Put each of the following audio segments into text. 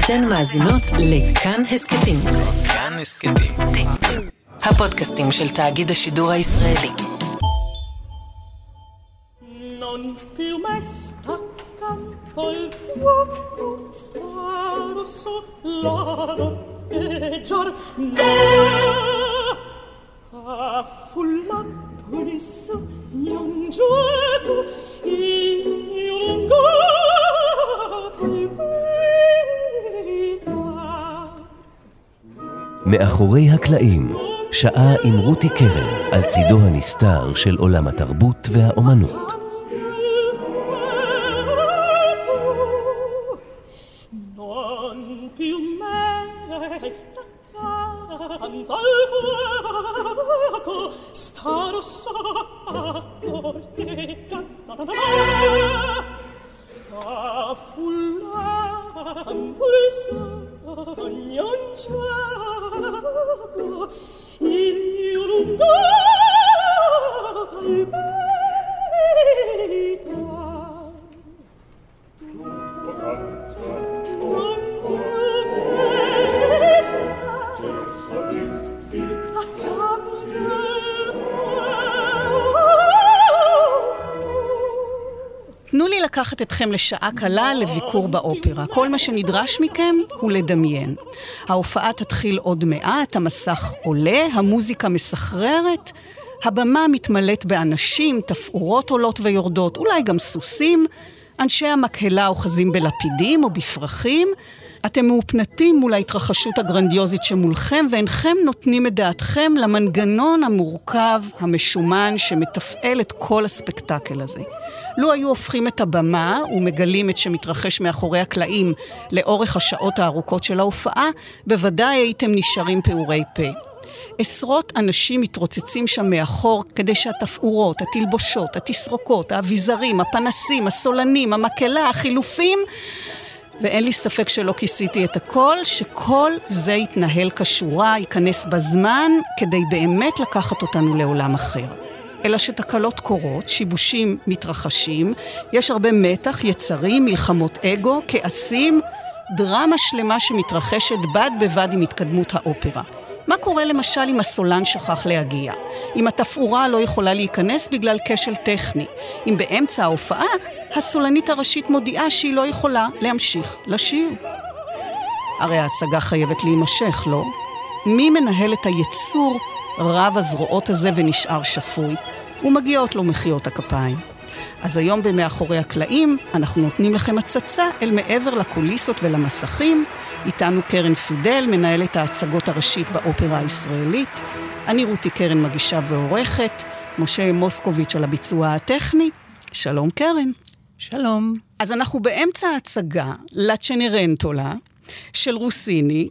אתן מאזינות לכאן הסקטים. כאן הסקטים. הפודקאסטים של תאגיד השידור הישראלי. Non più mesta canto il fuoco staro solano e giorno a fullan punisso un gioco in lungo מאחורי הקלעים, שעה עם רותי קרן על צידו הנסתר של עולם התרבות והאומנות. תנו לי לקחת אתכם לשעה קלה לביקור באופרה. כל מה שנדרש מכם הוא לדמיין. ההופעה תתחיל עוד מעט, המסך עולה, המוזיקה מסחררת, הבמה מתמלאת באנשים, תפאורות עולות ויורדות, אולי גם סוסים, אנשי המקהלה אוחזים בלפידים או בפרחים. אתם מאופנתים מול ההתרחשות הגרנדיוזית שמולכם, ואינכם נותנים את דעתכם למנגנון המורכב, המשומן, שמתפעל את כל הספקטקל הזה. לו היו הופכים את הבמה ומגלים את שמתרחש מאחורי הקלעים לאורך השעות הארוכות של ההופעה, בוודאי הייתם נשארים פעורי פה. עשרות אנשים מתרוצצים שם מאחור כדי שהתפאורות, התלבושות, התסרוקות, האביזרים, הפנסים, הסולנים, המקהלה, החילופים, ואין לי ספק שלא כיסיתי את הכל, שכל זה יתנהל כשורה, ייכנס בזמן, כדי באמת לקחת אותנו לעולם אחר. אלא שתקלות קורות, שיבושים מתרחשים, יש הרבה מתח, יצרים, מלחמות אגו, כעסים, דרמה שלמה שמתרחשת בד בבד עם התקדמות האופרה. מה קורה למשל אם הסולן שכח להגיע? אם התפאורה לא יכולה להיכנס בגלל כשל טכני? אם באמצע ההופעה הסולנית הראשית מודיעה שהיא לא יכולה להמשיך לשיר? הרי ההצגה חייבת להימשך, לא? מי מנהל את היצור רב הזרועות הזה ונשאר שפוי? ומגיעות לו מחיאות הכפיים. אז היום במאחורי הקלעים אנחנו נותנים לכם הצצה אל מעבר לקוליסות ולמסכים. איתנו קרן פידל, מנהלת ההצגות הראשית באופרה הישראלית. אני רותי קרן, מגישה ועורכת. משה מוסקוביץ' על הביצוע הטכני. שלום קרן. שלום. אז אנחנו באמצע ההצגה לצ'נרנטולה של רוסיני,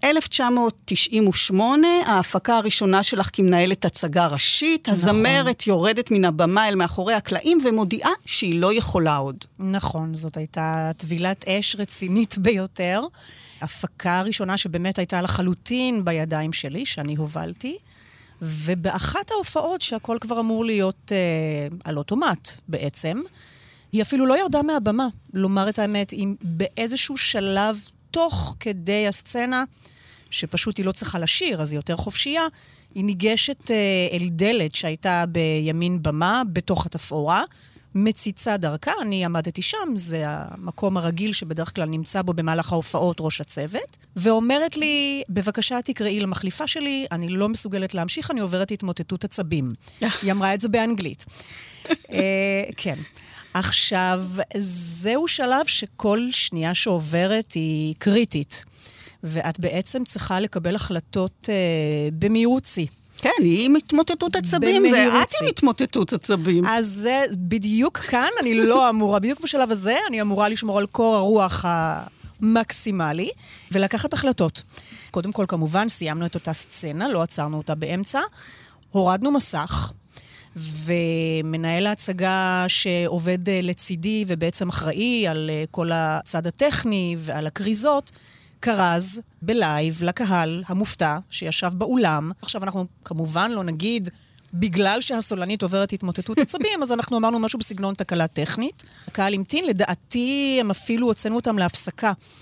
1998, ההפקה הראשונה שלך כמנהלת הצגה ראשית, הזמרת יורדת מן הבמה אל מאחורי הקלעים ומודיעה שהיא לא יכולה עוד. נכון, זאת הייתה טבילת אש רצינית ביותר. הפקה הראשונה שבאמת הייתה לחלוטין בידיים שלי, שאני הובלתי, ובאחת ההופעות שהכל כבר אמור להיות על אוטומט בעצם, היא אפילו לא ירדה מהבמה, לומר את האמת, אם באיזשהו שלב תוך כדי הסצנה, שפשוט היא לא צריכה לשיר, אז היא יותר חופשייה, היא ניגשת אל דלת שהייתה בימין במה, בתוך התפאורה, מציצה דרכה, אני עמדתי שם, זה המקום הרגיל שבדרך כלל נמצא בו במהלך ההופעות ראש הצוות, ואומרת לי, בבקשה תקראי למחליפה שלי, אני לא מסוגלת להמשיך, אני עוברת התמוטטות עצבים. היא אמרה את זה באנגלית. כן. עכשיו, זהו שלב שכל שנייה שעוברת היא קריטית, ואת בעצם צריכה לקבל החלטות במהירות. כן, היא מתמוטטות עצבים, ואת היא מתמוטטות עצבים. אז זה בדיוק כאן, אני לא אמורה, בדיוק בשלב הזה, אני אמורה לשמור על קור הרוח המקסימלי, ולקחת החלטות. קודם כל, כמובן, סיימנו את אותה סצנה, לא עצרנו אותה באמצע, הורדנו מסך, ומנהל ההצגה שעובד לצידי ובעצם אחראי על כל הצד הטכני ועל הקריזות, קרז בלייב לקהל המופתע שישב באולם. עכשיו אנחנו כמובן לא נגיד בגלל שהסולנית עוברת התמוטטות עצבים, אז אנחנו אמרנו משהו בסגנון תקלה טכנית. הקהל המתין, לדעתי הם אפילו הוצאנו אותם להפסקה.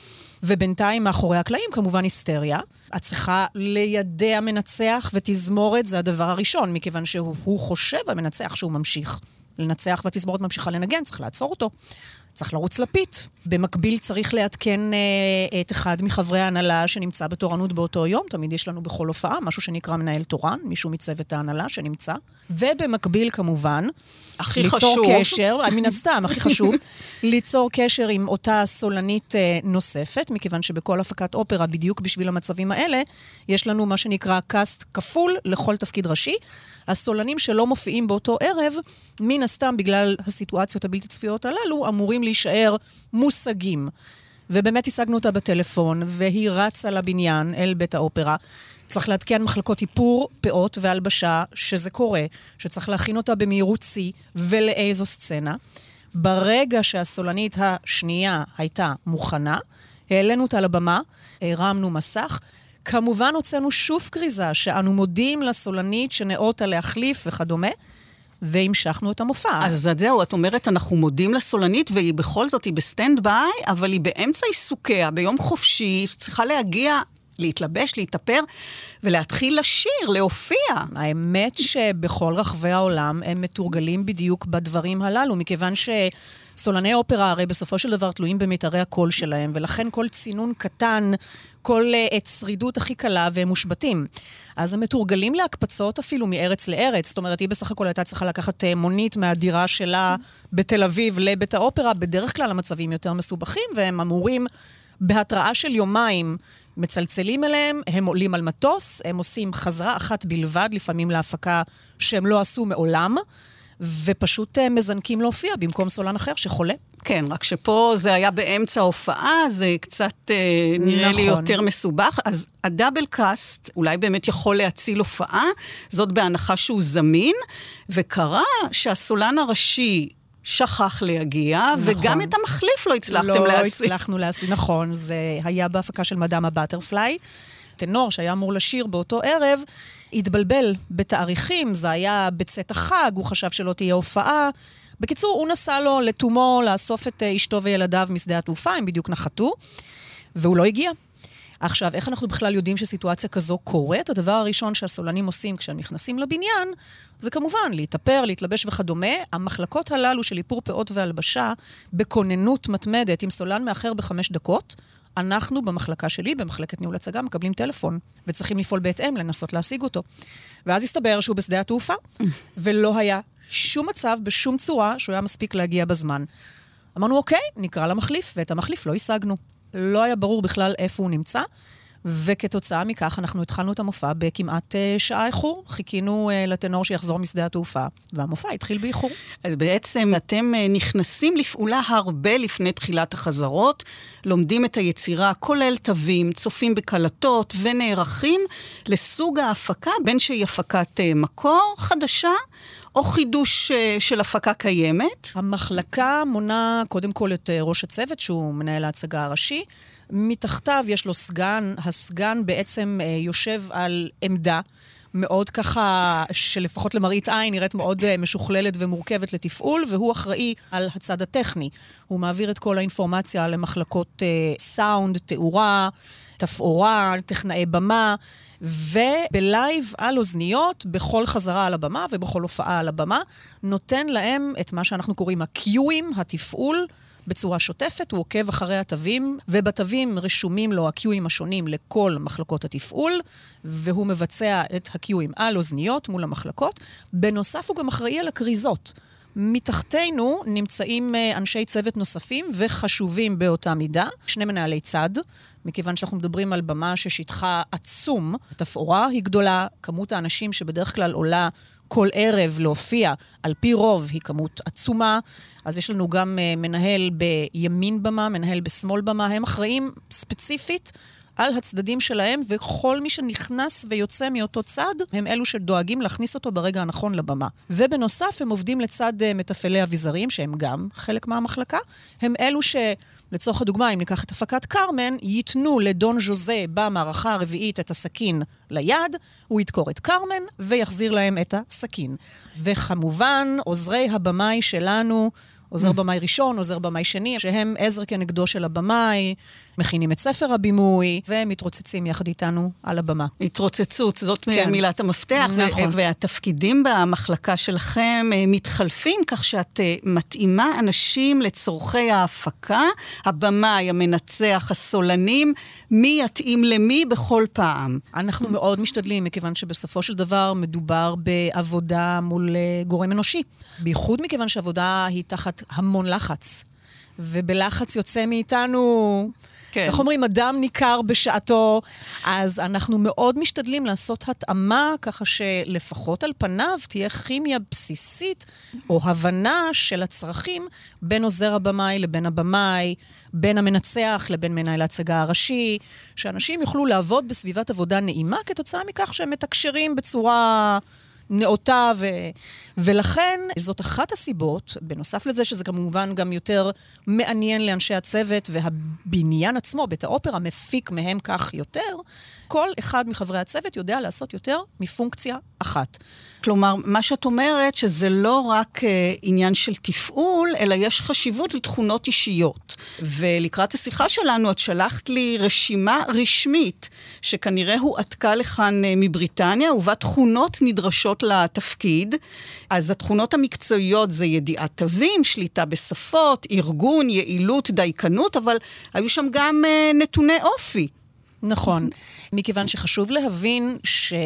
ובינתיים מאחורי הקלעים כמובן היסטריה. את צריכה לידע מנצח ותזמורת, זה הדבר הראשון, מכיוון שהוא חושב המנצח שהוא ממשיך לנצח והתזמורת ממשיכה לנגן, צריך לעצור אותו. צריך לרוץ לפית. במקביל צריך לעדכן את אחד מחברי ההנהלה שנמצא בתורנות באותו יום. תמיד יש לנו בכל הופעה משהו שנקרא מנהל תורן, מישהו מצוות ההנהלה שנמצא. ובמקביל כמובן, ליצור קשר, מן הסתם, הכי חשוב, ליצור קשר עם אותה סולנית נוספת, מכיוון שבכל הפקת אופרה, בדיוק בשביל המצבים האלה, יש לנו מה שנקרא קאסט כפול לכל תפקיד ראשי. הסולנים שלא מופיעים באותו ערב, מן הסתם בגלל הסיטואציות הבלתי צפויות הללו, אמורים להישאר מושגים. ובאמת השגנו אותה בטלפון, והיא רצה לבניין אל בית האופרה. צריך להתקן מחלקות איפור, פאות והלבשה, שזה קורה, שצריך להכין אותה במהירות שיא, ולאיזו סצנה. ברגע שהסולנית השנייה הייתה מוכנה, העלינו אותה לבמה, הרמנו מסך, כמובן הוצאנו שוב קריזה שאנו מודים לסולנית שנאותה להחליף וכדומה, והמשכנו את המופע. אז זהו, את אומרת, אנחנו מודים לסולנית, והיא בכל זאת, היא בסטנד ביי, אבל היא באמצע עיסוקיה, ביום חופשי, צריכה להגיע, להתלבש, להתאפר, ולהתחיל לשיר, להופיע. האמת שבכל רחבי העולם הם מתורגלים בדיוק בדברים הללו, מכיוון סולני אופרה הרי בסופו של דבר תלויים במיתרי הקול שלהם, ולכן כל צינון קטן, כל צרידות הכי קלה, והם מושבטים. אז הם מתורגלים להקפצות אפילו מארץ לארץ. זאת אומרת, היא בסך הכל הייתה צריכה לקחת מונית מהדירה שלה בתל אביב לבית האופרה, בדרך כלל המצבים יותר מסובכים, והם אמורים בהתראה של יומיים מצלצלים אליהם, הם עולים על מטוס, הם עושים חזרה אחת בלבד, לפעמים להפקה שהם לא עשו מעולם, ופשוט מזנקים להופיע במקום סולן אחר שחולה. כן, רק שפה זה היה באמצע ההופעה, זה קצת נראה לי יותר מסובך. אז הדאבל קאסט אולי באמת יכול להציל הופעה, זאת בהנחה שהוא זמין, וקרה שהסולן הראשי שכח להגיע, וגם את המחליף לא הצלחתם להשיג. לא הצלחנו להשיג, נכון. זה היה בהפקה של מדאם הבטרפליי. טנור שהיה אמור לשיר באותו ערב, התבלבל בתאריכים, זה היה בצאת החג, הוא חשב שלא תהיה הופעה. בקיצור, הוא נסע לו לתומו לאסוף את אשתו וילדיו משדה התעופה, הם בדיוק נחתו, והוא לא הגיע. עכשיו, איך אנחנו בכלל יודעים שסיטואציה כזו קורית? הדבר הראשון שהסולנים עושים כשהם נכנסים לבניין, זה כמובן להתאפר, להתלבש וכדומה. המחלקות הללו של איפור פאות והלבשה, בכוננות מתמדת, עם סולן מאחר ב5 דקות, אנחנו במחלקה שלי, במחלקת ניהול הצגה, מקבלים טלפון, וצריכים לפעול בהתאם, לנסות להשיג אותו. ואז הסתבר שהוא בשדה התעופה, ולא היה שום מצב, בשום צורה, שהוא היה מספיק להגיע בזמן. אמרנו, אוקיי, נקרא למחליף, ואת המחליף לא השגנו. לא היה ברור בכלל איפה הוא נמצא, וכתוצאה מכך אנחנו התחלנו את המופע בכמעט שעה איחור. חיכינו לטנור שיחזור משדה התעופה, והמופע התחיל באיחור. בעצם אתם נכנסים לפעולה הרבה לפני תחילת החזרות, לומדים את היצירה, כולל תווים, צופים בקלטות ונערכים לסוג ההפקה, בין שהיא הפקת מקור חדשה, או חידוש של הפקה קיימת. המחלקה מונה קודם כל את ראש הצוות, שהוא מנהל ההצגה הראשי. מתחתיו יש לו סגן. הסגן בעצם יושב על עמדה מאוד ככה, שלפחות למראית עין נראית מאוד משוכללת ומורכבת לתפעול, והוא אחראי על הצד הטכני. הוא מעביר את כל האינפורמציה למחלקות סאונד, תאורה, תפאורה, טכנאי במה, ובלייב על אוזניות, בכל חזרה על הבמה ובכל הופעה על הבמה, נותן להם את מה שאנחנו קוראים הקיואים, התפעול, בצורה שוטפת. הוא עוקב אחרי התווים, ובתווים רשומים לו הקיואים השונים לכל מחלקות התפעול, והוא מבצע את הקיואים על אוזניות מול המחלקות. בנוסף הוא גם אחראי על הקריזות. מתחתנו נמצאים אנשי צוות נוספים וחשובים באותה מידה, 2 מנהלי צד, מכיוון שאנחנו מדברים על במה ששטחה עצום, התפאורה היא גדולה, כמות האנשים שבדרך כלל עולה כל ערב להופיע, על פי רוב היא כמות עצומה, אז יש לנו גם מנהל בימין במה, מנהל בשמאל במה, הם אחראים ספציפית על הצדדים שלהם, וכל מי שנכנס ויוצא מאותו צד, הם אלו שדואגים להכניס אותו ברגע הנכון לבמה. ובנוסף, הם עובדים לצד מטפלי אביזרים, שהם גם חלק מהמחלקה. הם אלו לצורך הדוגמה, אם ניקח את הפקת קרמן, ייתנו לדון ז'וזה במערכה הרביעית את הסכין ליד, הוא ידקור את קרמן ויחזיר להם את הסכין. וכמובן, עוזרי הבמאי שלנו, עוזר במאי ראשון, עוזר במאי שני, שהם עזר כנגדו של הבמאי, מכינים את ספר הבימוי, ומתרוצצים יחד איתנו על הבמה. התרוצצות, זאת כן. מילת המפתח, נכון. והתפקידים במחלקה שלכם מתחלפים, כך שאת מתאימה אנשים לצורכי ההפקה, הבמאי, המנצח, הסולנים, מי יתאים למי בכל פעם. אנחנו מאוד משתדלים, מכיוון שבסופו של דבר מדובר בעבודה מול גורם אנושי. בייחוד מכיוון שעבודה היא תחת המון לחץ. ובלחץ יוצא מאיתנו, כן. איך אומרים, אדם ניכר בשעתו, אז אנחנו מאוד משתדלים לעשות התאמה, ככה שלפחות על פניו תהיה כימיה בסיסית, או הבנה של הצרכים בין עוזר הבמאי לבין הבמאי, בין המנצח לבין מנהל ההצגה הראשי, שאנשים יוכלו לעבוד בסביבת עבודה נעימה, כתוצאה מכך שהם מתקשרים בצורה נאותה, ולכן זאת אחת הסיבות, בנוסף לזה שזה כמובן גם יותר מעניין לאנשי הצוות, והבניין עצמו, בית האופרה, מפיק מהם כך יותר, כל אחד מחברי הצוות יודע לעשות יותר מפונקציה אחת. כלומר, מה שאת אומרת שזה לא רק עניין של תפעול, אלא יש חשיבות לתכונות אישיות. ולקראת השיחה שלנו, את שלחת לי רשימה רשמית, שכנראה הועתקה לכאן מבריטניה, ובה תכונות נדרשות לתפקיד. אז התכונות המקצועיות זה ידיעת תווים, שליטה בשפות, ארגון, יעילות, דייקנות, אבל היו שם גם נתוני אופי. נכון, מכיוון שחשוב להבין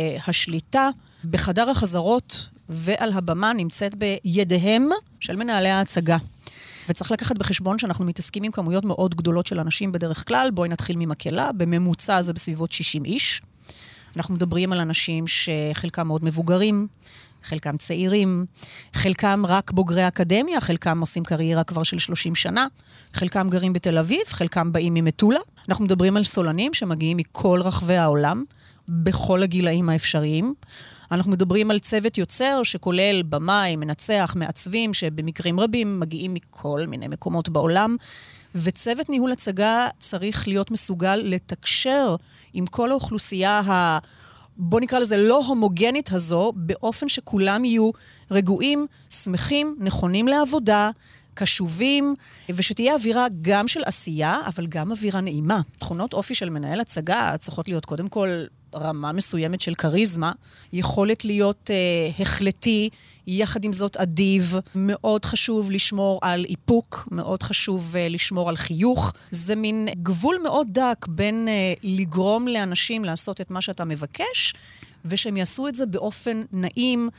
שהשליטה בחדר החזרות ועל הבמה נמצאת בידיהם של מנהלי ההצגה. וצריך לקחת בחשבון שאנחנו מתעסקים עם כמויות מאוד גדולות של אנשים בדרך כלל. בואי נתחיל ממקהלה, בממוצע זה בסביבות 60 איש. אנחנו מדברים על אנשים שחלקם מאוד מבוגרים, חלקם צעירים, חלקם רק בוגרי אקדמיה, חלקם עושים קריירה כבר של 30 שנה, חלקם גרים בתל אביב, חלקם באים ממטולה. אנחנו מדברים על סולנים שמגיעים מכל רחבי העולם, בכל הגילאים האפשריים. אנחנו מדברים על צוות יוצר שכולל במאי, מנצח, מעצבים, שבמקרים רבים מגיעים מכל מיני מקומות בעולם, וצוות ניהול הצגה צריך להיות מסוגל לתקשר עם כל האוכלוסייה בוא נקרא לזה לא הומוגנית הזו, באופן שכולם יהיו רגועים, שמחים, נכונים לעבודה, קשובים, ושתהיה אווירה גם של עשייה, אבל גם אווירה נעימה. תכונות אופי של מנהל הצגה צריכות להיות קודם כל רמה מסוימת של קריזמה, יכולת להיות החלטי, יחד עם זאת אדיב, מאוד חשוב לשמור על איפוק, מאוד חשוב לשמור על חיוך. זה מין גבול מאוד דק בין לגרום לאנשים לעשות את מה שאתה מבקש, ושהם יעשו את זה באופן נעים,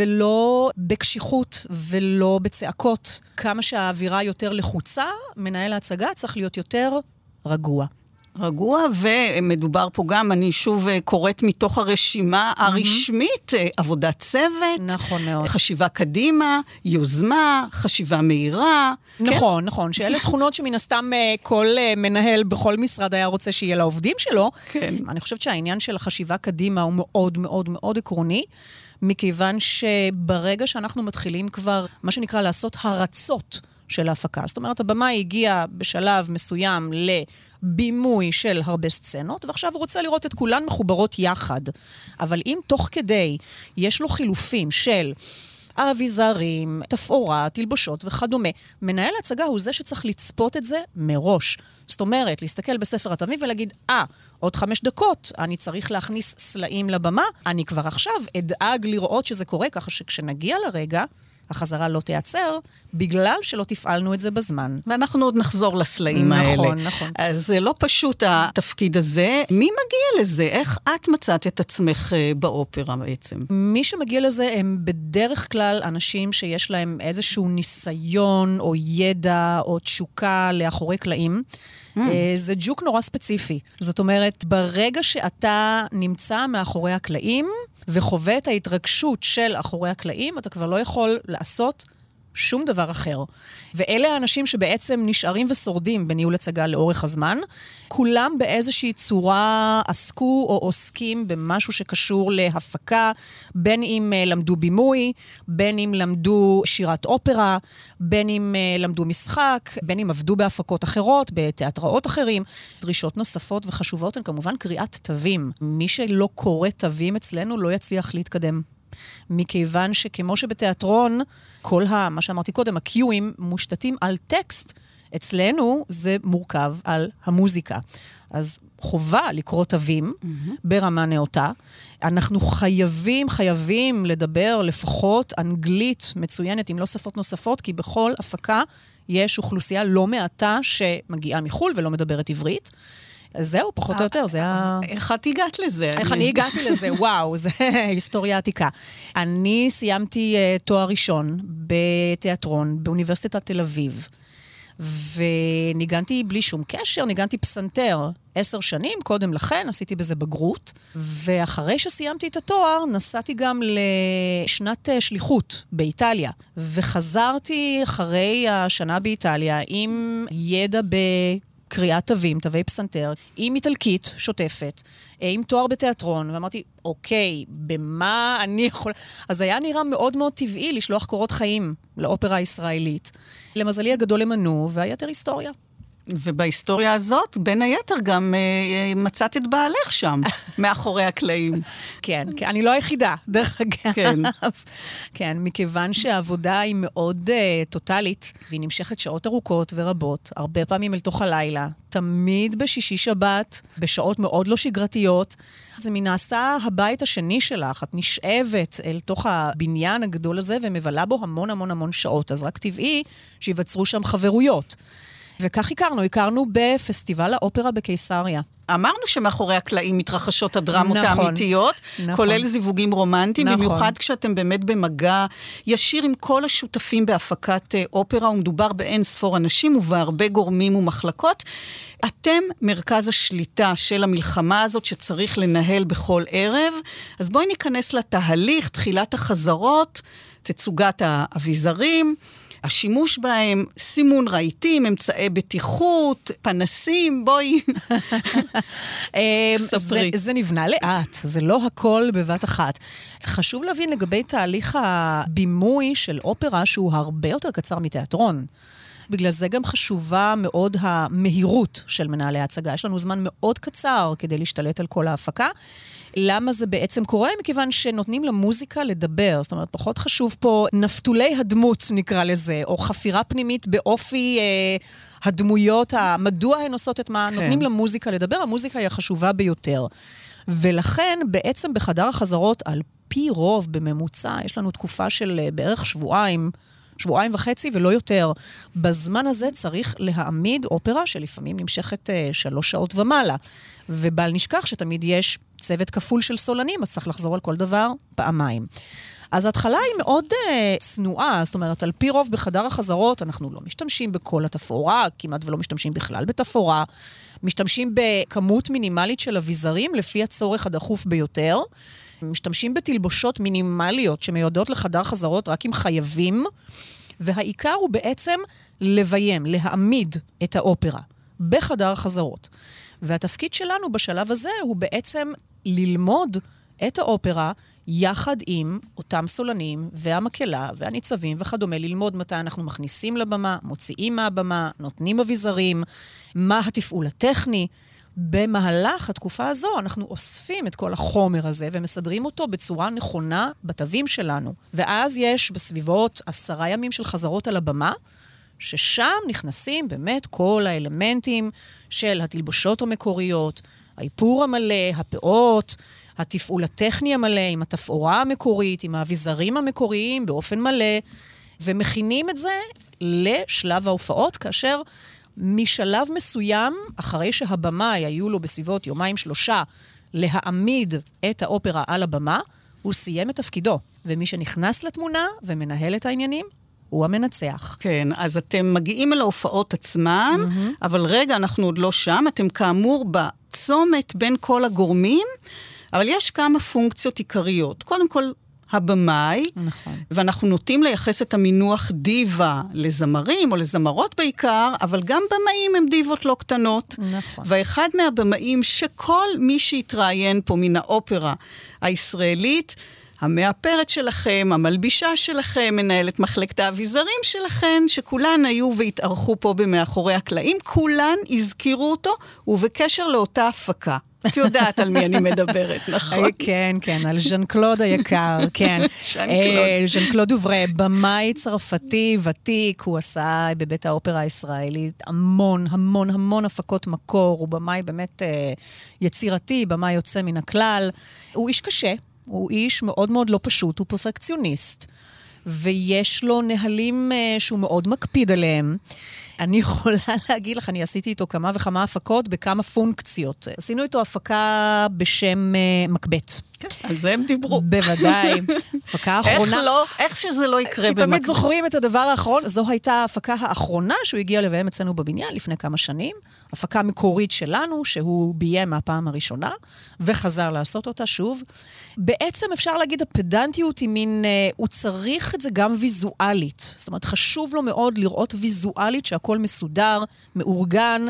ולא בקשיחות ולא בצעקות. כמה שהאווירה יותר לחוצה, מנהל ההצגה צריך להיות יותר רגוע. רגוע, ומדובר פה גם, אני שוב קוראת מתוך הרשימה הרשמית, עבודת צוות, נכון מאוד. חשיבה קדימה, יוזמה, חשיבה מהירה. נכון, כן? נכון, שאלה תכונות שמן הסתם כל מנהל בכל משרד היה רוצה שיהיה לעובדים שלו. כן. אני חושבת שהעניין של החשיבה קדימה הוא מאוד מאוד מאוד עקרוני, מכיוון שברגע שאנחנו מתחילים כבר, מה שנקרא לעשות הרצות של ההפקה. זאת אומרת, הבמה הגיעה בשלב מסוים לבימוי של הרבה סצנות, ועכשיו הוא רוצה לראות את כולן מחוברות יחד. אבל אם תוך כדי יש לו חילופים של אביזרים, תפאורה, תלבושות וכדומה, מנהל ההצגה הוא זה שצריך לצפות את זה מראש. זאת אומרת, להסתכל בספר התווים ולהגיד, עוד 5 דקות אני צריך להכניס סלעים לבמה, אני כבר עכשיו אדאג לראות שזה קורה, ככה שכשנגיע לרגע, החזרה לא תיעצר, בגלל שלא תפעלנו את זה בזמן. ואנחנו עוד נחזור לסלעים האלה. נכון, נכון. אז זה לא פשוט התפקיד הזה. מי מגיע לזה? איך את מצאת את עצמך באופרה בעצם? מי שמגיע לזה הם בדרך כלל אנשים שיש להם איזשהו ניסיון או ידע או תשוקה לאחורי קלעים. זה ג'וק נורא ספציפי. זאת אומרת, ברגע שאתה נמצא מאחורי הקלעים, וחווה את ההתרגשות של אחורי הקלעים, אתה כבר לא יכול לעשות שום דבר אחר. ואלה האנשים שבעצם נשארים ושורדים בניהול הצגה לאורך הזמן, כולם באיזושהי צורה עסקו או עוסקים במשהו שקשור להפקה, בין אם למדו בימוי, בין אם למדו שירת אופרה, בין אם למדו משחק, בין אם עבדו בהפקות אחרות, בתיאטראות אחרים. דרישות נוספות וחשובות הן כמובן קריאת תווים. מי שלא קורא תווים אצלנו לא יצליח להתקדם. מכיוון שכמו שבתיאטרון, כל מה שאמרתי קודם, הקיואים מושתתים על טקסט אצלנו זה מורכב על המוזיקה. אז חובה לקרוא תווים ברמה נאותה. אנחנו חייבים לדבר לפחות אנגלית מצוינת, אם לא שפות נוספות, כי בכל הפקה יש אוכלוסייה לא מעטה שמגיעה מחול ולא מדברת עברית. אז זהו, פחות או יותר, זה היה... איך את הגעת לזה? איך אני הגעתי לזה? וואו, זה היסטוריה עתיקה. אני סיימתי תואר ראשון בתיאטרון, באוניברסיטת תל אביב. וניגנתי בלי שום קשר, ניגנתי פסנתר 10 שנים, קודם לכן, עשיתי בזה בגרות, ואחרי שסיימתי את התואר, נסעתי גם לשנת שליחות באיטליה, וחזרתי אחרי השנה באיטליה עם ידע בקריאת תווים, תווי פסנתר, עם איטלקית שוטפת, עם תואר בתיאטרון, ואמרתי, אוקיי, במה אני יכול... אז היה נראה מאוד מאוד טבעי לשלוח קורות חיים לאופרה הישראלית. למזלי הגדול למנו, והיתר היסטוריה. ובהיסטוריה הזאת, בין היתר גם מצאת את בעלך שם, מאחורי הקלעים. כן, אני לא היחידה, דרך אגב. כן. כן, מכיוון שהעבודה היא מאוד טוטלית, והיא נמשכת שעות ארוכות ורבות, הרבה פעמים אל תוך הלילה, תמיד בשישי שבת, בשעות מאוד לא שגרתיות. זה מנעשה הבית השני שלך, את נשאבת אל תוך הבניין הגדול הזה, ומבלה בו המון המון המון שעות, אז רק טבעי שיווצרו שם חברויות. וכך הכרנו בפסטיבל האופרה בקיסריה. אמרנו שמאחורי הקלעים מתרחשות הדרמות נכון, האמיתיות, נכון. כולל זיווגים רומנטיים, נכון. במיוחד כשאתם באמת במגע ישיר עם כל השותפים בהפקת אופרה, ומדובר באין ספור אנשים ובהרבה גורמים ומחלקות. אתם מרכז השליטה של המלחמה הזאת שצריך לנהל בכל ערב, אז בואי ניכנס לתהליך, תחילת החזרות, תצוגת האביזרים, השימוש בהם, סימון רהיטים, אמצעי בטיחות, פנסים, בואי. ספרי. זה נבנה לאט, זה לא הכל בבת אחת. חשוב להבין לגבי תהליך הבימוי של אופרה, שהוא הרבה יותר קצר מתיאטרון. בגלל זה גם חשובה מאוד המהירות של מנהלי ההצגה. יש לנו זמן מאוד קצר כדי להשתלט על כל ההפקה. למה זה בעצם קורה? מכיוון שנותנים למוזיקה לדבר. זאת אומרת, פחות חשוב פה נפתולי הדמות, נקרא לזה, או חפירה פנימית באופי הדמויות, מדוע הן עושות את מה, נותנים למוזיקה לדבר. המוזיקה היא החשובה ביותר. ולכן בעצם בחדר החזרות, על פי רוב בממוצע, יש לנו תקופה של בערך שבועיים וחצי ולא יותר. בזמן הזה צריך להעמיד אופרה שלפעמים נמשכת 3 שעות ומעלה. ובל נשכח שתמיד יש צוות כפול של סולנים, אז צריך לחזור על כל דבר פעמיים. אז ההתחלה היא מאוד צנועה, זאת אומרת, על פי רוב בחדר החזרות אנחנו לא משתמשים בכל התפאורה, כמעט ולא משתמשים בכלל בתפאורה, משתמשים בכמות מינימלית של אביזרים לפי הצורך הדחוף ביותר, משתמשים בתלבושות מינימליות שמיועדות לחדר חזרות רק אם חייבים, והעיקר הוא בעצם לביים, להעמיד את האופרה בחדר החזרות. והתפקיד שלנו בשלב הזה הוא בעצם ללמוד את האופרה יחד עם אותם סולנים והמקהלה והניצבים וכדומה, ללמוד מתי אנחנו מכניסים לבמה, מוציאים מהבמה, נותנים אביזרים, מה התפעול הטכני. במהלך התקופה הזו אנחנו אוספים את כל החומר הזה ומסדרים אותו בצורה נכונה בתווים שלנו. ואז יש בסביבות 10 ימים של חזרות על הבמה, ששם נכנסים באמת כל האלמנטים של התלבושות המקוריות, האיפור המלא, הפאות, התפעול הטכני המלא, עם התפאורה המקורית, עם האביזרים המקוריים באופן מלא, ומכינים את זה לשלב ההופעות, כאשר משלב מסוים, אחרי שהבמאי היו לו בסביבות 2-3 להעמיד את האופרה על הבמה, הוא סיים את תפקידו. ומי שנכנס לתמונה ומנהל את העניינים, הוא המנצח. כן, אז אתם מגיעים אל ההופעות עצמם, אבל רגע, אנחנו עוד לא שם, אתם כאמור בצומת בין כל הגורמים, אבל יש כמה פונקציות עיקריות. קודם כל, הבמאי, נכון. ואנחנו נוטים לייחס את המינוח דיבה לזמרים או לזמרות בעיקר, אבל גם במאים הם דיבות לא קטנות. נכון. ואחד מהבמאים שכל מי שהתראיין פה מן האופרה הישראלית, המאפרת שלכם, המלבישה שלכם, מנהלת מחלקת האביזרים שלכם, שכולן היו והתארחו פה במאחורי הקלעים, כולן הזכירו אותו, ובקשר לאותה הפקה. את יודעת על מי אני מדברת, נכון? כן, כן, על ז'אן קלוד היקר, כן. ז'אן קלוד דוברה, במאי צרפתי, ותיק, הוא עשה בבית האופרה הישראלית המון, המון, המון הפקות מקור, הוא במאי באמת יצירתי, במאי יוצא מן הכלל. הוא איש קשה, הוא איש מאוד מאוד לא פשוט, הוא פרפקציוניסט, ויש לו נהלים שהוא מאוד מקפיד עליהם. אני יכולה להגיד לך, אני עשיתי איתו כמה וכמה הפקות בכמה פונקציות. עשינו איתו הפקה בשם מקבט. כן, על זה הם דיברו. בוודאי. הפקה האחרונה. איך שזה לא יקרה במקבט. תמיד זוכרים את הדבר האחרון. זו הייתה ההפקה האחרונה שהוא הגיע לביים אצלנו בבניין לפני כמה שנים. הפקה מקורית שלנו, שהוא ביים מהפעם הראשונה, וחזר לעשות אותה שוב. בעצם אפשר להגיד, הפדנטיות היא מין, הוא צריך את זה גם ויזואלית. זאת אומרת, חשוב לו מאוד לראות ויזואלית שהכל מסודר, מאורגן,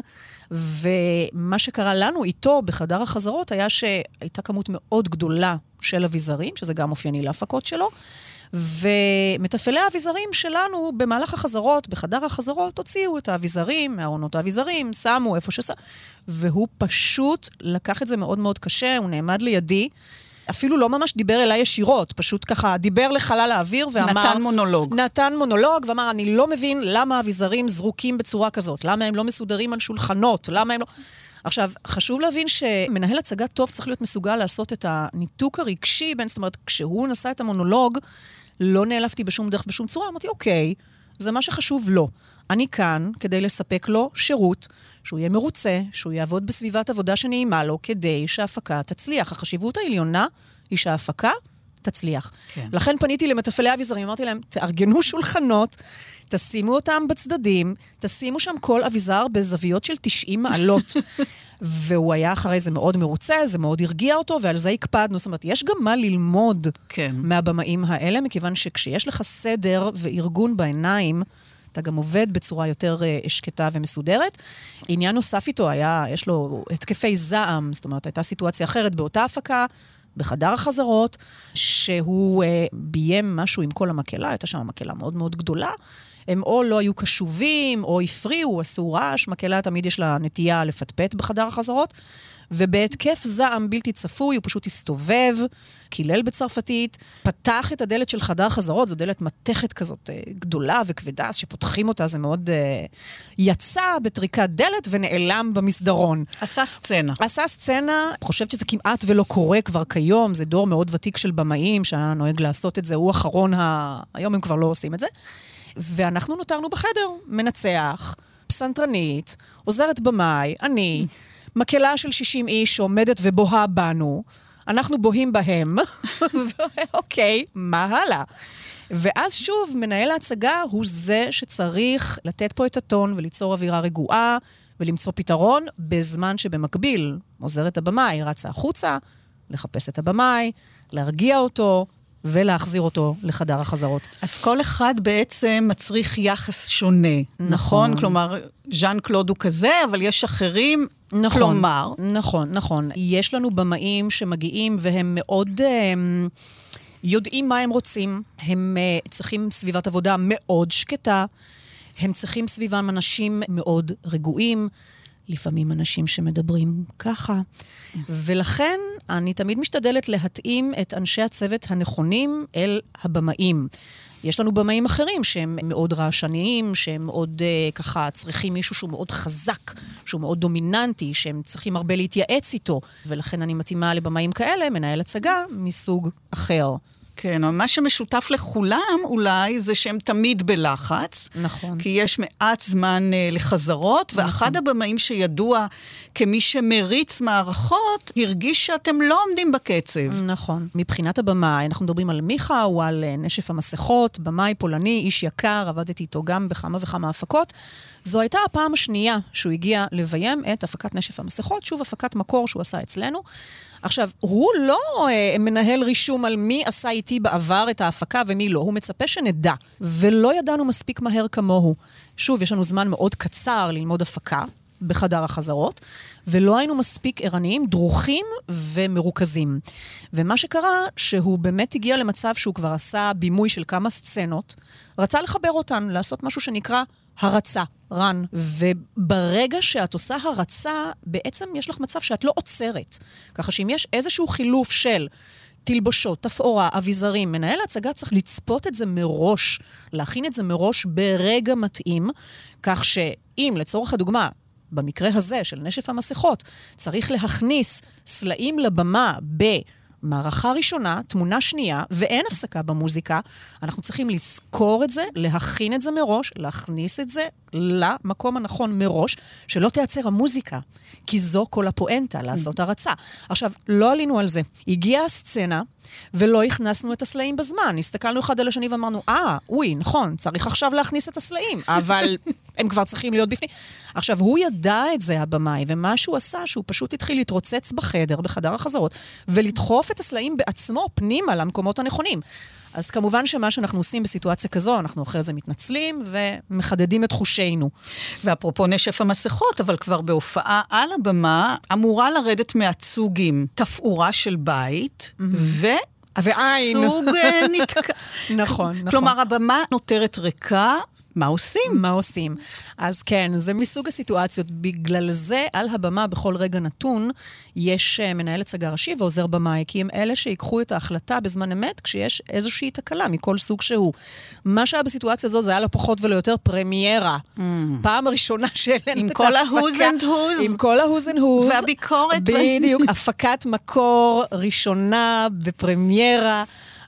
ומה שקרה לנו איתו בחדר החזרות היה שהייתה כמות מאוד גדולה של אביזרים, שזה גם אופייני להפקות שלו, ומתפעלי האביזרים שלנו במהלך החזרות, בחדר החזרות, הוציאו את האביזרים, מהארונות האביזרים, שמו איפה ששמו, והוא פשוט לקח את זה מאוד מאוד קשה, הוא נעמד לידי, אפילו לא ממש דיבר אליי ישירות, פשוט ככה דיבר לחלל האוויר ואמר... נתן מונולוג ואמר, אני לא מבין למה האביזרים זרוקים בצורה כזאת, למה הם לא מסודרים על שולחנות, למה הם לא... עכשיו, חשוב להבין שמנהל הצגה טוב צריך להיות מסוגל לעשות את הניתוק הרגשי, זאת אומרת, כשהוא נסע את המונולוג, לא נעלפתי בשום דרך, בשום צורה, אמרתי, אוקיי, זה מה שחשוב לו. אני כאן כדי לספק לו שירות, שהוא יהיה מרוצה, שהוא יעבוד בסביבת עבודה שנעימה לו, כדי שההפקה תצליח. החשיבות העליונה היא שההפקה תצליח. כן. לכן פניתי למתפעלי האביזרים, אמרתי להם, תארגנו שולחנות, תשימו אותם בצדדים, תשימו שם כל אביזר בזוויות של 90 מעלות. והוא היה אחרי זה מאוד מרוצה, זה מאוד הרגיע אותו, ועל זה הקפדנו. זאת אומרת, יש גם מה ללמוד מהבמאים האלה, מכיוון שכשיש לך סדר וארגון בעיניים, אתה גם עובד בצורה יותר שקטה ומסודרת. עניין נוסף איתו היה, יש לו התקפי זעם, זאת אומרת, הייתה סיטואציה אחרת באותה הפקה, בחדר החזרות, שהוא ביים משהו עם כל המקלה, הייתה שם מקלה מאוד מאוד גדולה, הם או לא היו קשובים, או הפריעו, עשו רעש, מקלה תמיד יש לה נטייה לפטפט בחדר החזרות, ובהתקף זעם בלתי צפוי, הוא פשוט הסתובב, קילל בצרפתית, פתח את הדלת של חדר חזרות, זו דלת מתכת כזאת גדולה וכבדה, שפותחים אותה, זה מאוד יצא בטריקת דלת ונעלם במסדרון. עשה סצנה, חושבת שזה כמעט ולא קורה כבר כיום, זה דור מאוד ותיק של במאים, שהיה נוהג לעשות את זה, הוא אחרון, היום הם כבר לא עושים את זה, ואנחנו נותרנו בחדר, מנצח, פסנתרנית, עוזרת במאי, אני, מקהלה של 60 איש שעומדת ובוהה בנו, אנחנו בוהים בהם, ואוקיי, מה הלאה? ואז שוב, מנהל ההצגה הוא זה שצריך לתת פה את הטון וליצור אווירה רגועה, ולמצוא פתרון בזמן שבמקביל עוזרת הבמאי, רצה החוצה, לחפש את הבמאי, להרגיע אותו, ולהחזיר אותו לחדר החזרות. אז כל אחד בעצם מצריך יחס שונה, נכון? כלומר, ז'אן קלוד הוא כזה, אבל יש אחרים, כלומר. נכון. יש לנו במאים שמגיעים והם מאוד יודעים מה הם רוצים, הם צריכים סביבת עבודה מאוד שקטה, הם צריכים סביבם אנשים מאוד רגועים, לפעמים אנשים שמדברים ככה, ולכן אני תמיד משתדלת להתאים את אנשי הצוות הנכונים אל הבמאים. יש לנו במאים אחרים שהם מאוד רעשניים, שהם מאוד ככה צריכים מישהו שהוא מאוד חזק, שהוא מאוד דומיננטי, שהם צריכים הרבה להתייעץ איתו, ולכן אני מתאימה לבמאים כאלה, מנהל הצגה מסוג אחר. כן, מה שמשותף לכולם אולי זה שהם תמיד בלחץ. נכון. כי יש מעט זמן לחזרות, ואחד הבמאים שידוע כמי שמריץ מערכות, הרגיש שאתם לא עומדים בקצב. נכון. מבחינת הבמאי, אנחנו מדברים על מיכה, הוא על נשף המסכות, במאי פולני, איש יקר, עבדתי איתו גם בכמה וכמה הפקות. זו הייתה הפעם השנייה שהוא הגיע לביים את הפקת נשף המסכות, שוב הפקת מקור שהוא עשה אצלנו. עכשיו, הוא לא מנהל רישום על מי עשה איתי בעבר את ההפקה ומי לא, הוא מצפה שנדע, ולא ידענו מספיק מהר כמוהו. שוב, יש לנו זמן מאוד קצר ללמוד הפקה, בחדר החזרות, ולא היינו מספיק ערניים, דרוכים ומרוכזים. ומה שקרה, שהוא באמת הגיע למצב שהוא כבר עשה בימוי של כמה סצנות, רצה לחבר אותן, לעשות משהו שנקרא הרצה, רן. וברגע שאת עושה הרצה, בעצם יש לך מצב שאת לא עוצרת. ככה שאם יש איזשהו חילוף של תלבושות, תפאורה, אביזרים, מנהל ההצגה צריך לצפות את זה מראש, להכין את זה מראש ברגע מתאים, כך שאם לצורך הדוגמה, במקרה הזה של נשף המסכות, צריך להכניס סלעים לבמה במערכה ראשונה, תמונה שנייה, ואין הפסקה במוזיקה, אנחנו צריכים לזכור את זה, להכין את זה מראש, להכניס את זה למקום הנכון מראש, שלא תייצר המוזיקה, כי זו כל הפואנטה, לעשות הרצה. עכשיו, לא עלינו על זה. הגיעה הסצנה, ולא הכנסנו את הסלעים בזמן. הסתכלנו אחד על השני ואמרנו, נכון, צריך עכשיו להכניס את הסלעים, אבל הם כבר צריכים להיות בפנים. עכשיו, הוא ידע את זה, הבמאי, ומה שהוא עשה, שהוא פשוט התחיל להתרוצץ בחדר החזרות, ולדחוף את הסלעים בעצמו פנימה למקומות הנכונים. אז כמובן שמה שאנחנו עושים בסיטואציה כזו, אנחנו אחרי זה מתנצלים ומחדדים את חושינו. ואפרופו נשף המסכות, אבל כבר בהופעה על הבמה, אמורה לרדת מהצוגים תפאורה של בית, ועין. הצוג נתקע. נכון. כלומר, הבמה נותרת ריקה, מה עושים? מה עושים? אז כן, זה מסוג הסיטואציות. בגלל זה, על הבמה בכל רגע נתון, יש מנהל הצגה ראשי ועוזר במאי, כי הם אלה שיקחו את ההחלטה בזמן אמת, כשיש איזושהי תקלה מכל סוג שהוא. מה שהיה בסיטואציה הזו, זה היה לא פחות ולא יותר פרמיירה. פעם הראשונה שאלן עם כל ההוז אנד הוז. עם כל ההוז אנד הוז. והביקורת. בדיוק, הפקת מקור ראשונה בפרמיירה,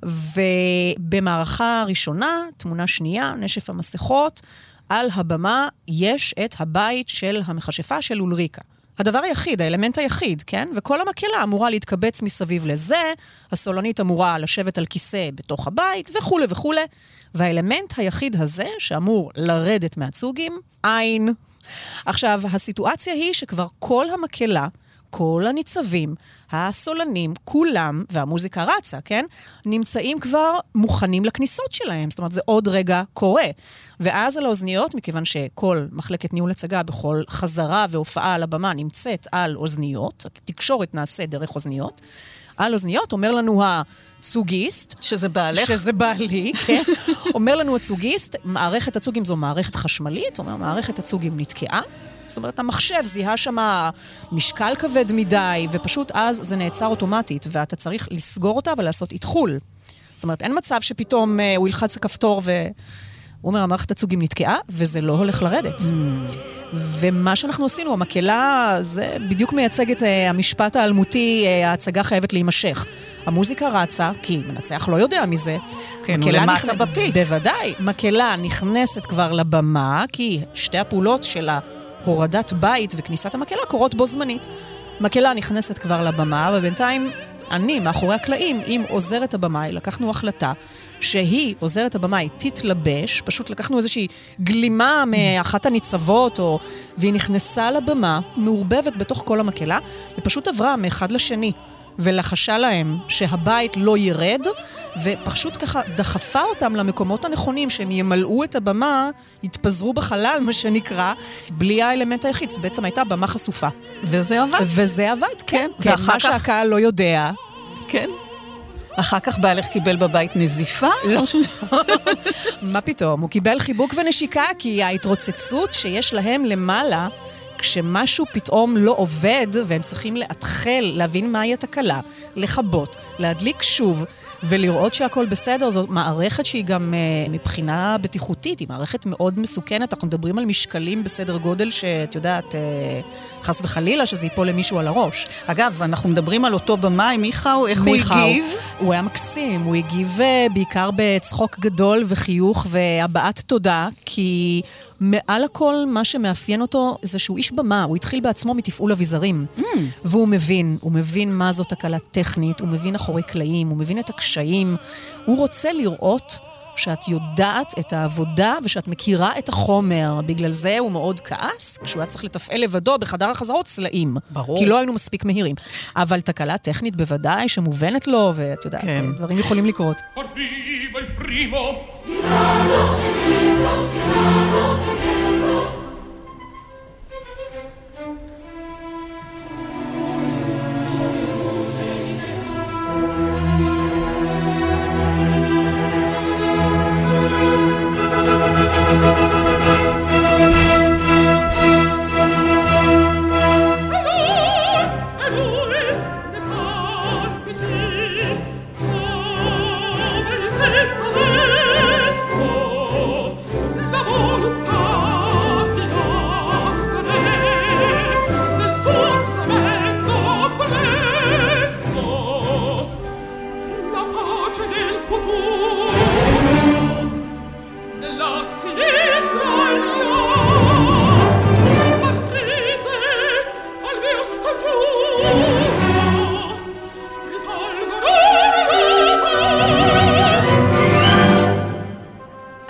ובמערכה ראשונה, תמונה שנייה, נשף המסכות, על הבמה יש את הבית של המכשפה של אולריקה. הדבר היחיד, האלמנט היחיד, כן? וכל המקהלה אמורה להתקבץ מסביב לזה, הסולנית אמורה לשבת על כיסא בתוך הבית, וכו' וכו'. והאלמנט היחיד הזה, שאמור לרדת מהצוגים, עין. עכשיו, הסיטואציה היא שכבר כל המקהלה, כל הניצבים, הסולנים, כולם, והמוזיקה רצה, כן? נמצאים כבר מוכנים לכניסות שלהם. זאת אומרת, זה עוד רגע קורה. ואז על האוזניות, מכיוון שכל מחלקת ניהול הצגה בכל חזרה והופעה על הבמה נמצאת על אוזניות, התקשורת נעשה דרך אוזניות, על אוזניות אומר לנו הצוגיסט, שזה בעלך. שזה בעלי, כן? אומר לנו הצוגיסט, מערכת הצוגים זו מערכת חשמלית, אומר, מערכת הצוגים נתקעה, זאת אומרת, המחשב זיהה שמה משקל כבד מדי, ופשוט אז זה נעצר אוטומטית, ואתה צריך לסגור אותה ולעשות איתחול. זאת אומרת, אין מצב שפתאום הוא ילחץ הכפתור והוא אומר, המערכת הצוגים נתקעה, וזה לא הולך לרדת. ומה שאנחנו עשינו, המקהלה, זה בדיוק מייצג את המשפט האלמותי, ההצגה חייבת להימשך. המוזיקה רצה, כי מנצח לא יודע מזה. כן, הוא למטה בפית. בוודאי. מקהלה נכנסת כבר לבמה, כי שתי הפעולות שלה, הורדת בית וכניסת המקהלה קורות בו זמנית. מקהלה נכנסת כבר לבמה, ובינתיים אני, מאחורי הקלעים, עם עוזרת הבמאי, לקחנו החלטה שהיא, עוזרת הבמאי, תתלבש, פשוט לקחנו איזושהי גלימה מאחת הניצבות, והיא נכנסה לבמה, מעורבבת בתוך כל המקהלה, ופשוט עברה מאחד לשני. ולחשה להם שהבית לא ירד, ופשוט ככה דחפה אותם למקומות הנכונים, שהם ימלאו את הבמה, יתפזרו בחלל, מה שנקרא, בלי האלמנט היחיד. זאת בעצם הייתה במה חשופה. וזה עבד. וזה עבד, כן. כן, מה שהקהל לא יודע. כן. אחר כך בעלך קיבל בבית נזיפה? לא. מה פתאום? הוא קיבל חיבוק ונשיקה, כי ההתרוצצות שיש להם למעלה, כשמשהו פתאום לא עובד, והם צריכים להתחל, להבין מהי התקלה, לחבות, להדליק שוב, ולראות שהכל בסדר. זו מערכת שהיא גם מבחינה בטיחותית, היא מערכת מאוד מסוכנת. אנחנו מדברים על משקלים בסדר גודל שאת יודעת, חס וחלילה, שזה ייפול למישהו על הראש. אגב, אנחנו מדברים על אותו במאי, מיכאו, איך הוא הגיב? הוא היה מקסים, הוא הגיב בעיקר בצחוק גדול וחיוך והבעת תודה, כי מעל הכל מה שמאפיין אותו זה שהוא איש במה, הוא התחיל בעצמו מתפעול אביזרים. והוא מבין מה זאת תקלה טכנית, הוא מבין אחורי קלעים, הוא מבין את הקשיים. הוא רוצה לראות שאת יודעת את העבודה ושאת מכירה את החומר. בגלל זה הוא מאוד כעס, כשהוא היה צריך לתפעל לבדו בחדר החזרות סלעים. ברור. כי לא היינו מספיק מהירים. אבל תקלה טכנית בוודאי שמובנת לו, ואת יודעת, כן. דברים יכולים לקרות.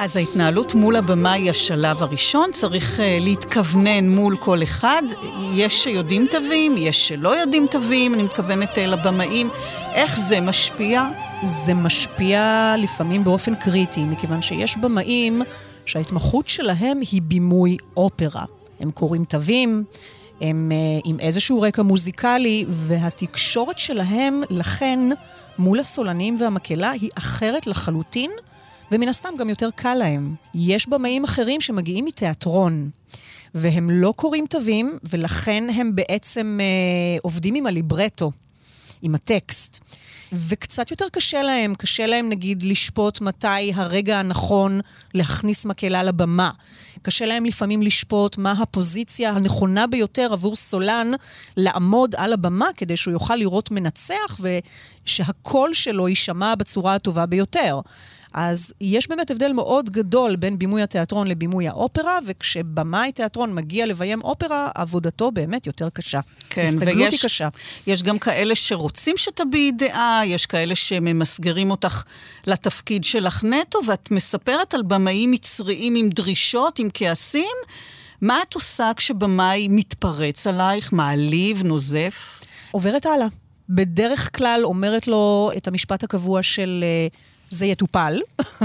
אז ההתנהלות מול הבמה היא השלב הראשון, צריך להתכוונן מול כל אחד. יש שיודעים תווים, יש שלא יודעים תווים, אני מתכוונת לבמאים. איך זה משפיע? זה משפיע לפעמים באופן קריטי, מכיוון שיש במאים שההתמחות שלהם היא בימוי אופרה. הם קוראים תווים, הם עם איזשהו רקע מוזיקלי, והתקשורת שלהם לכן מול הסולנים והמקהלה היא אחרת לחלוטין, ומן הסתם גם יותר קל להם. יש במאים אחרים שמגיעים מתיאטרון, והם לא קוראים תווים, ולכן הם בעצם עובדים עם הליברטו, עם הטקסט. וקצת יותר קשה להם נגיד לשפוט מתי הרגע הנכון להכניס מקהלה לבמה. קשה להם לפעמים לשפוט מה הפוזיציה הנכונה ביותר עבור סולן לעמוד על הבמה כדי שהוא יוכל לראות מנצח ושהקול שלו יישמע בצורה הטובה ביותר. אז יש באמת הבדל מאוד גדול בין בימוי התיאטרון לבימוי האופרה, וכשבמאי תיאטרון מגיע לביים אופרה, עבודתו באמת יותר קשה. כן, הסתגלות היא קשה. יש גם כאלה שרוצים שתביעי דעה, יש כאלה שממסגרים אותך לתפקיד שלך נטו, ואת מספרת על במאים מצריים עם דרישות, עם כעסים. מה את עושה כשבמאי מתפרץ עלייך, מעליב, נוזף? עוברת הלאה. בדרך כלל אומרת לו את המשפט הקבוע של זה יטופל.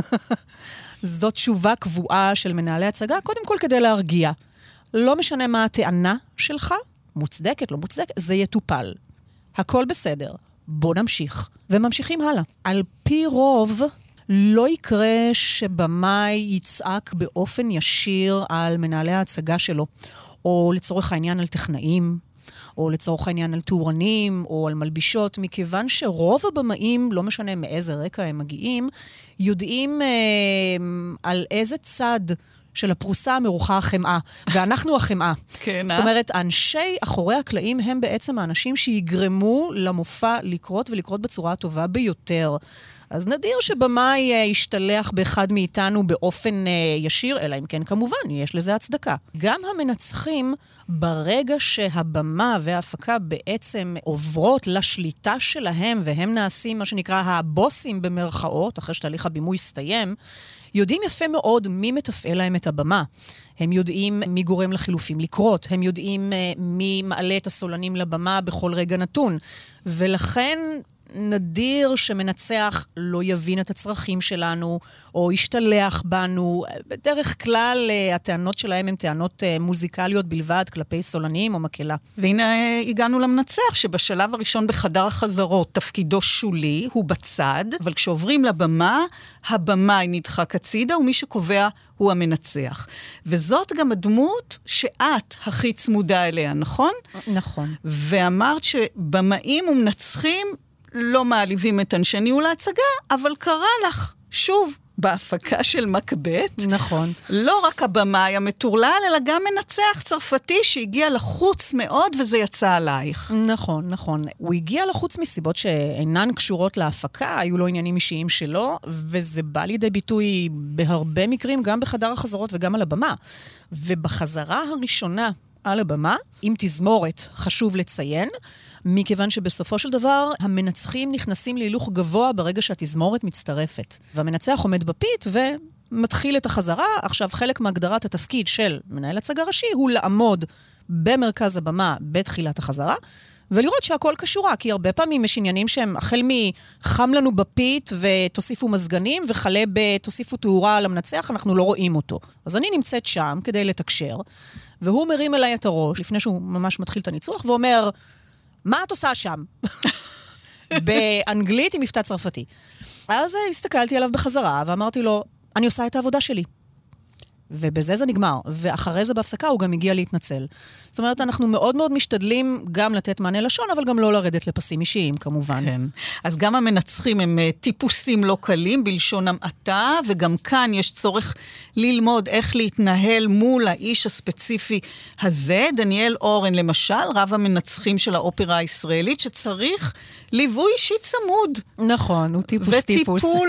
זאת תשובה קבועה של מנהלי הצגה, קודם כל כדי להרגיע. לא משנה מה הטענה שלך, מוצדקת, לא מוצדקת, זה יטופל. הכל בסדר, בוא נמשיך. וממשיכים הלאה. על פי רוב, לא יקרה שבמאי יצעק באופן ישיר על מנהלי ההצגה שלו, או לצורך העניין על טכנאים, או לצורך העניין על תאורנים, או על מלבישות, מכיוון שרוב הבמאים, לא משנה מאיזה רקע הם מגיעים, יודעים על איזה צד של הפרוסה מרוחה החמאה, ואנחנו החמאה. כן, זאת אומרת, אנשי אחורי הקלעים הם בעצם האנשים שיגרמו למופע לקרות ולקרות בצורה הטובה ביותר. אז נדיר שבמאי ישתלח באחד מאיתנו באופן ישיר, אלא אם כן כמובן, יש לזה הצדקה. גם המנצחים, ברגע שהבמה וההפקה בעצם עוברות לשליטה שלהם, והם נעשים מה שנקרא הבוסים במרכאות, אחרי שתהליך הבימוי הסתיים, יודעים יפה מאוד מי מתפעל להם את הבמה. הם יודעים מי גורם לחילופים לקרות, הם יודעים מי מעלה את הסולנים לבמה בכל רגע נתון. ולכן נדיר שמנצח לא יבין את הצרכים שלנו, או ישתלח בנו. בדרך כלל הטענות שלהם הן טענות מוזיקליות בלבד, כלפי סולנים או מקהלה. והנה הגענו למנצח, שבשלב הראשון בחדר החזרות תפקידו שולי, הוא בצד, אבל כשעוברים לבמה, הבמה נדחק הצידה, ומי שקובע הוא המנצח. וזאת גם הדמות שאת הכי צמודה אליה, נכון? נכון. ואמרת שבמאים ומנצחים לא מעליבים את אנשי ניהול ההצגה, אבל קרה לך, שוב, בהפקה של מקבט. נכון. לא רק הבמאי המטורלל, אלא גם מנצח צרפתי שהגיע לחוץ מאוד, וזה יצא עלייך. נכון, נכון. הוא הגיע לחוץ מסיבות שאינן קשורות להפקה, היו לו עניינים אישיים שלו, וזה בא לידי ביטוי בהרבה מקרים, גם בחדר החזרות וגם על הבמה. ובחזרה הראשונה על הבמה, עם תזמורת, חשוב לציין, מכיוון שבסופו של דבר המנצחים נכנסים להילוך גבוה ברגע שהתזמורת מצטרפת. והמנצח עומד בפית ומתחיל את החזרה. עכשיו חלק מהגדרת התפקיד של מנהל הצגה ראשי הוא לעמוד במרכז הבמה בתחילת החזרה, ולראות שהכל קשורה, כי הרבה פעמים יש עניינים שהם החל מחם לנו בפית ותוסיפו מזגנים, וחלה בתוסיפו תאורה על המנצח, אנחנו לא רואים אותו. אז אני נמצאת שם כדי לתקשר, והוא מרים אליי את הראש, לפני שהוא ממש מתחיל את הניצוח, ואומר, מה את עושה שם? באנגלית עם מבטא צרפתי. אז הסתכלתי עליו בחזרה, ואמרתי לו, אני עושה את העבודה שלי. ובזה זה נגמר. ואחרי זה בהפסקה הוא גם הגיע להתנצל. זאת אומרת, אנחנו מאוד מאוד משתדלים גם לתת מענה לשון, אבל גם לא לרדת לפסים אישיים, כמובן. כן. אז גם המנצחים הם טיפוסים לא קלים, בלשון המעטה, וגם כאן יש צורך ללמוד איך להתנהל מול האיש הספציפי הזה. דניאל אורן, למשל, רב המנצחים של האופרה הישראלית, שצריך ליווי אישי צמוד. נכון, הוא טיפוס. וטיפול.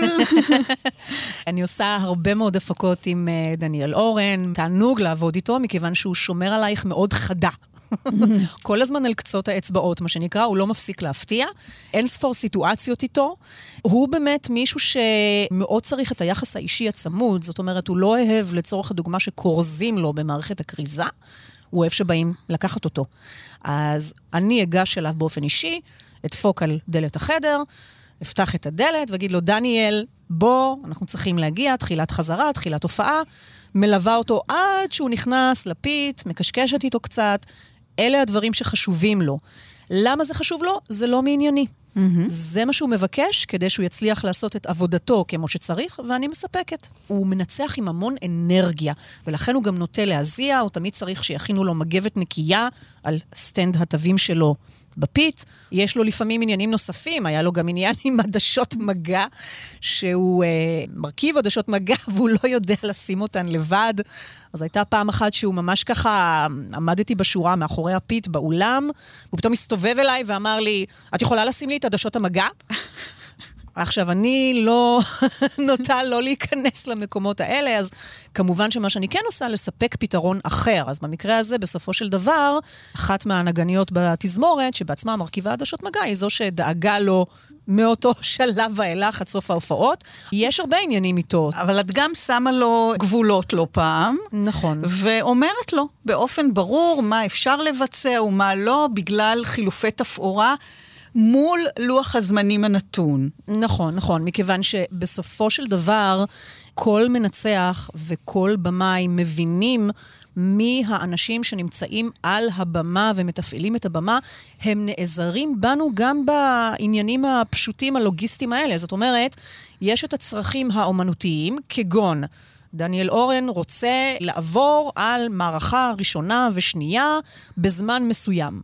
אני עושה הרבה מאוד הפקות עם דניאל אורן, תענוג לעבוד איתו, מכיוון שהוא שומר עלייך מאוד חדה. כל הזמן על קצות האצבעות, מה שנקרא, הוא לא מפסיק להפתיע. אין ספור סיטואציות איתו. הוא באמת מישהו שמאוד צריך את היחס האישי הצמוד, זאת אומרת, הוא לא אוהב לצורך הדוגמה שקורזים לו במערכת הקריזה, הוא אוהב שבאים לקחת אותו. אז אני אגש אליו באופן אישי, אדפוק על דלת החדר, אפתח את הדלת ואגיד לו, דניאל, בוא, אנחנו צריכים להגיע, תחילת חזרה, תחילת הופעה, מלווה אותו עד שהוא נכנס לפית, מקשקשת איתו קצת, אלה הדברים שחשובים לו. למה זה חשוב לו? זה לא מענייני. זה מה שהוא מבקש כדי שהוא יצליח לעשות את עבודתו כמו שצריך, ואני מספקת. הוא מנצח עם המון אנרגיה, ולכן הוא גם נוטה להזיע, הוא תמיד צריך שיכינו לו מגבת נקייה על סטנד התווים שלו בפית. יש לו לפעמים עניינים נוספים, היה לו גם עניין עם עדשות מגע, שהוא מרכיב עדשות מגע, והוא לא יודע לשים אותן לבד. אז הייתה פעם אחת שהוא ממש ככה, עמדתי בשורה מאחורי הפית באולם, הוא פתאום הסתובב אליי ואמר לי, את יכולה לשים לי את עדשות המגע? עכשיו, אני לא נוטה לא להיכנס למקומות האלה, אז כמובן שמה שאני כן עושה, לספק פתרון אחר. אז במקרה הזה, בסופו של דבר, אחת מהנגניות בתזמורת, שבעצמה מרכיבה עדשות מגע, היא זו שדאגה לו מאותו שלב ואילך עד סוף ההופעות. יש הרבה עניינים איתו. אבל את גם שמה לו גבולות לא פעם. נכון. ואומרת לו באופן ברור מה אפשר לבצע ומה לא, בגלל חילופי תפאורה, מול לוח הזמנים הנתון. נכון, נכון, מכיוון שבסופו של דבר, כל מנצח וכל במאי מבינים מי האנשים שנמצאים על הבמה ומתפעלים את הבמה, הם נעזרים בנו גם בעניינים הפשוטים הלוגיסטיים האלה. זאת אומרת, יש את הצרכים האומנותיים, כגון דניאל אורן רוצה לעבור על מערכה ראשונה ושנייה בזמן מסוים.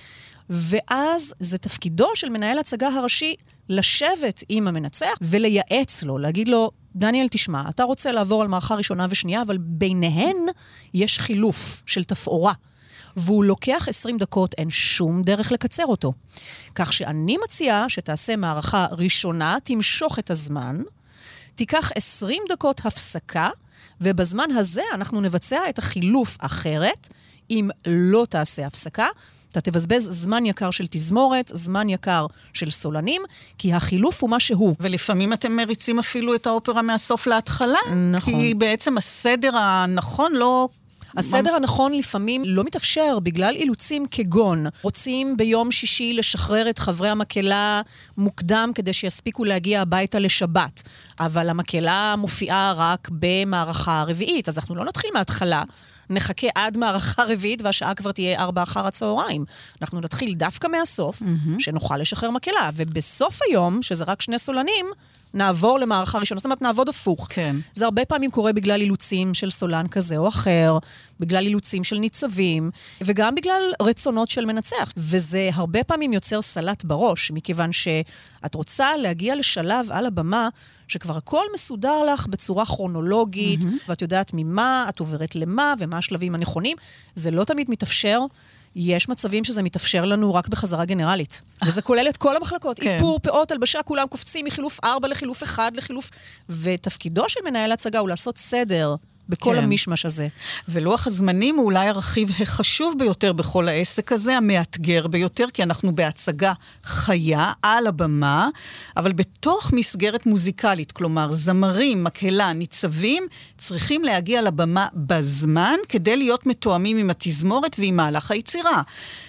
ואז זה תפקידו של מנהל הצגה הראשי לשבת עם המנצח ולייעץ לו, להגיד לו, דניאל, תשמע, אתה רוצה לעבור על מערכה ראשונה ושנייה, אבל ביניהן יש חילוף של תפאורה, והוא לוקח 20 דקות, אין שום דרך לקצר אותו. כך שאני מציעה שתעשה מערכה ראשונה, תמשוך את הזמן, תיקח 20 דקות הפסקה, ובזמן הזה אנחנו נבצע את החילוף אחרת, אם לא תעשה הפסקה, אתה תבזבז זמן יקר של תזמורת, זמן יקר של סולנים, כי החילוף הוא מה שהוא. ולפעמים אתם מריצים אפילו את האופרה מהסוף להתחלה. נכון. כי בעצם הסדר הנכון לא... הסדר הנכון לפעמים לא מתאפשר בגלל אילוצים כגון. רוצים ביום שישי לשחרר את חברי המקהלה מוקדם כדי שיספיקו להגיע הביתה לשבת. אבל המקהלה מופיעה רק במערכה רביעית, אז אנחנו לא נתחיל מההתחלה. נחכה עד מערכה רביעית, והשעה כבר תהיה 4 אחר הצהריים. אנחנו נתחיל דווקא מהסוף, שנוכל לשחרר מקהלה. ובסוף היום, שזה רק 2 סולנים, נעבור למערכה ראשונה. זאת אומרת, נעבוד הפוך. כן. זה הרבה פעמים קורה בגלל אילוצים של סולן כזה או אחר, בגלל אילוצים של ניצבים, וגם בגלל רצונות של מנצח. וזה הרבה פעמים יוצר סלט בראש, מכיוון שאת רוצה להגיע לשלב על הבמה, שכבר הכל מסודר לך בצורה כרונולוגית, ואת יודעת ממה, את עוברת למה, ומה השלבים הנכונים. זה לא תמיד מתאפשר. יש מצבים שזה מתאפשר לנו רק בחזרה גנרלית. וזה כולל את כל המחלקות. כן. איפור, פאות, הלבשה, כולם קופצים מחילוף 4 לחילוף 1 לחילוף... ותפקידו של מנהל הצגה הוא לעשות סדר בכל המשמש הזה. ולוח הזמנים הוא אולי הרכיב החשוב ביותר בכל העסק הזה, המאתגר ביותר, כי אנחנו בהצגה חיה על הבמה, אבל בתוך מסגרת מוזיקלית, כלומר זמרים, מקהלה, ניצבים, צריכים להגיע לבמה בזמן, כדי להיות מתואמים עם התזמורת ועם מהלך היצירה.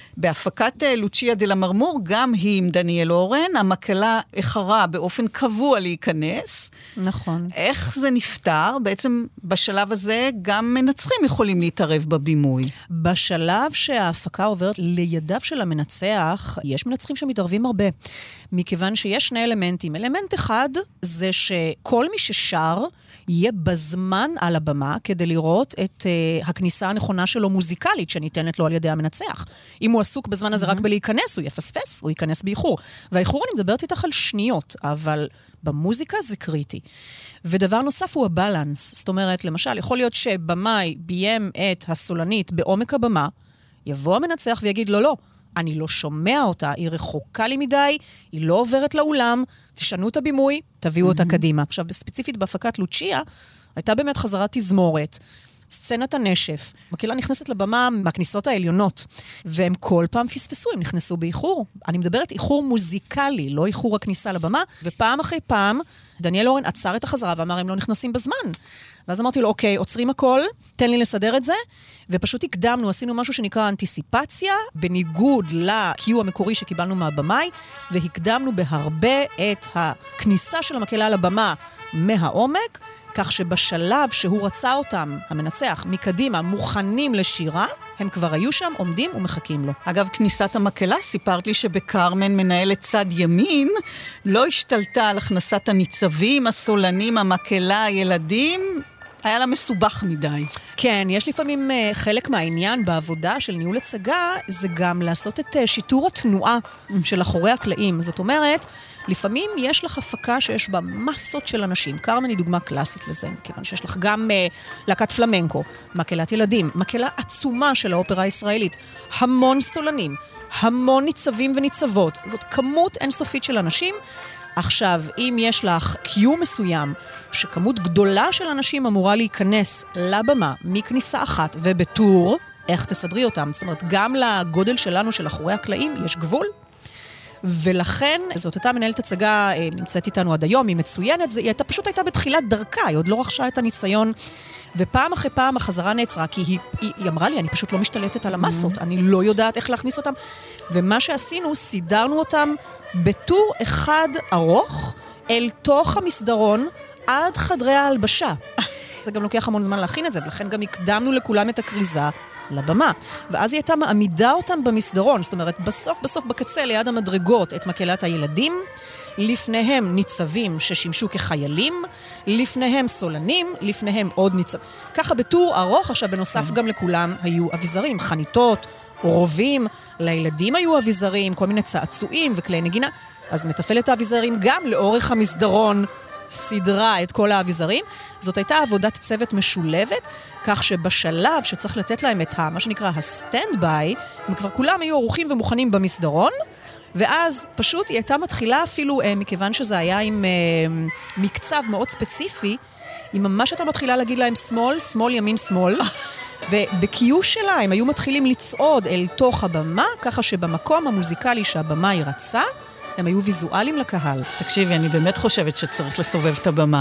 בהפקת לוצ'יה דה למרמור, גם היא עם דניאל אורן, המקהלה איחרה באופן קבוע להיכנס. נכון. איך זה נפתר? בעצם בשלב הזה גם מנצחים יכולים להתערב בבימוי. בשלב שההפקה עוברת לידיו של המנצח, יש מנצחים שמתערבים הרבה. מכיוון שיש 2 אלמנטים. אלמנט אחד זה שכל מי ששר יהיה בזמן על הבמה כדי לראות את הכניסה הנכונה שלו מוזיקלית שניתנת לו על ידי המנצח. אם הוא עסוק בזמן הזה רק בלהיכנס, הוא יפספס, הוא ייכנס באיחור. והאיחור אני מדברת איתך על שניות, אבל במוזיקה זה קריטי. ודבר נוסף הוא הבלנס. זאת אומרת, למשל, יכול להיות שבמאי ביים את הסולנית בעומק הבמה, יבוא המנצח ויגיד לו, לא, אני לא שומע אותה, היא רחוקה לי מדי, היא לא עוברת לאולם, תשנו את הבימוי, תביאו אותה קדימה. עכשיו, בספציפית בהפקת לוצ'יה, הייתה באמת חזרת תזמורת. סצנת הנשף. מקהלה נכנסת לבמה מהכניסות העליונות, והם כל פעם פספסו, הם נכנסו באיחור. אני מדברת איחור מוזיקלי, לא איחור הכניסה לבמה, ופעם אחרי פעם, דניאל אורן עצר את החזרה ואמר, הם לא נכנסים בזמן. ואז אמרתי לו, אוקיי, עוצרים הכל, תן לי לסדר את זה, ופשוט הקדמנו, עשינו משהו שנקרא אנטיסיפציה, בניגוד לקיו המקורי שקיבלנו מהבמאי, והקדמנו בהרבה את הכניסה של המקהלה לבמה מהעומק, כך שבשלב שהוא רצה אותם, המנצח, מקדימה, מוכנים לשירה, הם כבר היו שם, עומדים ומחכים לו. אגב, כניסת המקהלה, סיפרת לי שבקרמן מנהלת צד ימין, לא השתלטה על הכנסת הניצבים, הסולנים, המקהלה, הילדים, היה לה מסובך מדי. כן, יש לפעמים חלק מהעניין בעבודה של ניהול הצגה, זה גם לעשות את שיטור התנועה של אחורי הקלעים. זאת אומרת, לפעמים יש לך הפקה שיש בה מסות של אנשים. קרמן היא דוגמה קלאסית לזה, כיוון שיש לך גם להקת פלמנקו, מקהלת ילדים, מקהלה עצומה של האופרה הישראלית, המון סולנים, המון ניצבים וניצבות. זאת כמות אינסופית של אנשים. עכשיו, אם יש לך קיו מסוים, שכמות גדולה של אנשים אמורה להיכנס לבמה מכניסה אחת ובטור, איך תסדרי אותם? זאת אומרת, גם לגודל שלנו של אחורי הקלעים יש גבול, ולכן זאת אותה מנהלת הצגה, נמצאת איתנו עד היום, היא מצוינת, היא פשוט הייתה בתחילת דרכה, היא עוד לא רכשה את הניסיון, ופעם אחרי פעם החזרה נעצרה, כי היא אמרה לי, אני פשוט לא משתלטת על המסות, אני לא יודעת איך להכניס אותם, ומה שעשינו, סידרנו אותם בטור אחד ארוך, אל תוך המסדרון, עד חדרי ההלבשה. זה גם לוקח המון זמן להכין את זה, ולכן גם הקדמנו לכולם את הקריזה לבמה. ואז היא הייתה מעמידה אותם במסדרון, זאת אומרת, בסוף בקצה ליד המדרגות את מקהלת הילדים, לפניהם ניצבים ששימשו כחיילים, לפניהם סולנים, לפניהם עוד ניצב. ככה בטור ארוך, עכשיו בנוסף גם לכולם היו אביזרים, חניתות, רובים, לילדים היו אביזרים, כל מיני צעצועים וכלי נגינה, אז מטפלת האביזרים גם לאורך המסדרון סדרה את כל האביזרים. זאת הייתה עבודת צוות משולבת, כך שבשלב שצריך לתת להם את מה שנקרא הסטנד-ביי, הם כבר כולם היו ערוכים ומוכנים במסדרון, ואז פשוט היא הייתה מתחילה אפילו, מכיוון שזה היה עם מקצב מאוד ספציפי, היא ממש הייתה מתחילה להגיד להם שמאל, שמאל, ימין, שמאל, ובקיו שלה הם היו מתחילים לצעוד אל תוך הבמה, ככה שבמקום המוזיקלי שהבמה היא רצה, הם היו ויזואליים לקהל. תקשיבי, אני באמת חושבת שצריך לסובב את הבמה.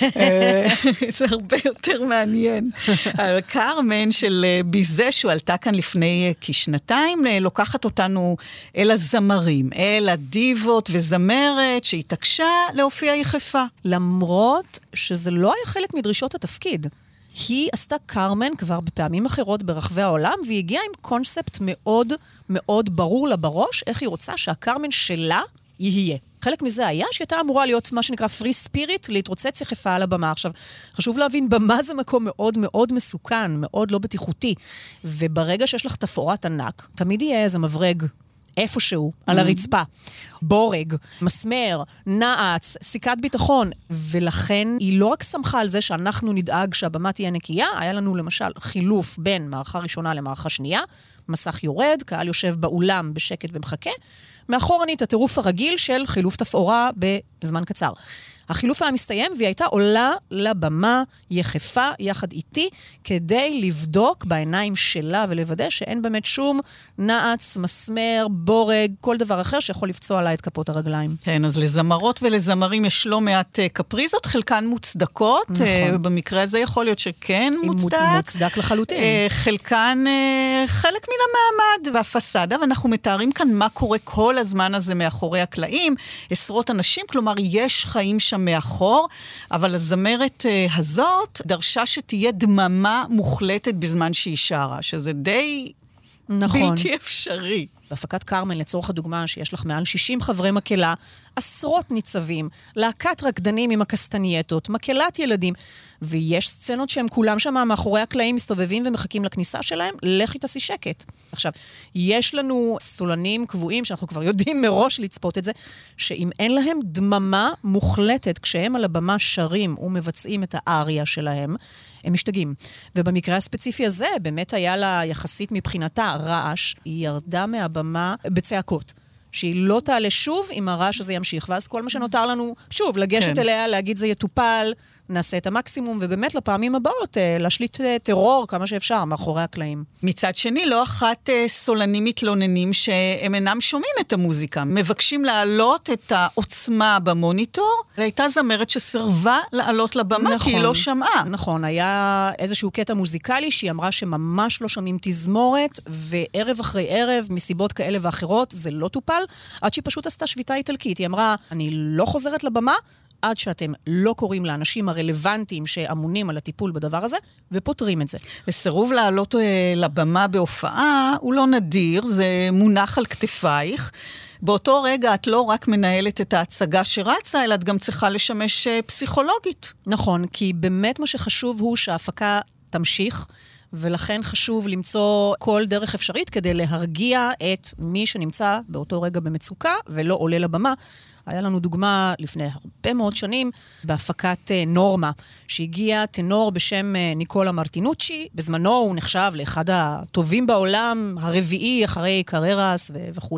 זה הרבה יותר מעניין. על קרמן של ביזה, שהוא עלתה כאן לפני כשנתיים, לוקחת אותנו אל הזמרים, אל הדיבות וזמרת, שהתעקשה להופיע יחפה. למרות שזה לא היה חלק מדרישות התפקיד. היא עשתה קרמן כבר בפעמים אחרות ברחבי העולם, והיא הגיעה עם קונספט מאוד מאוד ברור לה בראש, איך היא רוצה שהקרמן שלה יהיה. חלק מזה היה שהייתה אמורה להיות מה שנקרא פרי ספיריט, להתרוצץ יחפה על הבמה. עכשיו, חשוב להבין, במה זה מקום מאוד מאוד מסוכן, מאוד לא בטיחותי, וברגע שיש לך תפאורת ענק, תמיד יהיה איזה מברג איפשהו, על הרצפה. בורג, מסמר, נעץ, סיכת ביטחון, ולכן היא לא רק שמחה על זה שאנחנו נדאג שהבמה תהיה נקייה, היה לנו למשל חילוף בין מערכה ראשונה למערכה שנייה, מסך יורד, קהל יושב באולם בשקט ומחכה, מאחורנית הטירוף הרגיל של חילוף תפאורה בזמן קצר. החילוף היה מסתיים, והיא הייתה עולה לבמה יחפה יחד איתי, כדי לבדוק בעיניים שלה ולוודא שאין באמת שום נעץ, מסמר, בורג, כל דבר אחר שיכול לפצוע לה את כפות הרגליים. כן, אז לזמרות ולזמרים יש לא מעט קפריזות, חלקן מוצדקות. נכון. במקרה הזה יכול להיות שכן מוצדק. מוצדק לחלוטין. חלקן חלק מן המעמד והפסדה, ואנחנו מתארים כאן מה קורה כל הזמן הזה מאחורי הקלעים. עשרות אנשים, כלומר יש חיים שם מאחור, אבל הזמרת הזאת דרשה שתהיה דממה מוחלטת בזמן שהיא שרה, שזה די נכון. בלתי אפשרי. בהפקת קרמן, לצורך הדוגמה, שיש לך מעל 60 חברי מקהלה, עשרות ניצבים, להקת רקדנים עם הקסטנייטות, מקהלת ילדים, ויש סצנות שהם כולם שם מאחורי הקלעים מסתובבים ומחכים לכניסה שלהם, לכי תעשי שקט. עכשיו, יש לנו סולנים קבועים, שאנחנו כבר יודעים מראש לצפות את זה, שאם אין להם דממה מוחלטת, כשהם על הבמה שרים ומבצעים את האריה שלהם, הם משתגעים. ובמקרה הספציפי הזה, באמת היה לה יחסית מבחינתה רעש, היא ירדה מהבמה בצעקות. שהיא לא תעלה שוב אם הרעש הזה ימשיך, ואז כל מה שנותר לנו, שוב, לגשת אליה, להגיד זה יטופל, נעשה את המקסימום, ובאמת לפעמים הבאות להשליט טרור כמה שאפשר מאחורי הקלעים. מצד שני, לא אחת סולנים מתלוננים שהם אינם שומעים את המוזיקה. מבקשים להעלות את העוצמה במוניטור, והייתה זמרת שסרבה לעלות לבמה, כי היא לא שמעה. נכון, היה איזשהו קטע מוזיקלי שהיא אמרה שממש לא שומעים תזמורת, וערב אחרי ערב, מסיבות כאלה ואחרות, זה לא טופל, עד שהיא פשוט עשתה שביתה איטלקית. היא אמרה, אני לא חוזרת לבמה, עד שאתם לא קוראים לאנשים הרלוונטיים שאמונים על הטיפול בדבר הזה, ופותרים את זה. וסירוב לעלות לבמה בהופעה הוא לא נדיר, זה מונח על כתפייך. באותו רגע את לא רק מנהלת את ההצגה שרצה, אלא את גם צריכה לשמש פסיכולוגית. נכון, כי באמת מה שחשוב הוא שההפקה תמשיך, ולכן חשוב למצוא כל דרך אפשרית כדי להרגיע את מי שנמצא באותו רגע במצוקה ולא עולה לבמה. היה לנו דוגמה לפני הרבה מאוד שנים בהפקת נורמה, שהגיע טנור בשם ניקולה מרטינוצ'י. בזמנו הוא נחשב לאחד הטובים בעולם, הרביעי אחרי קררס וכו'.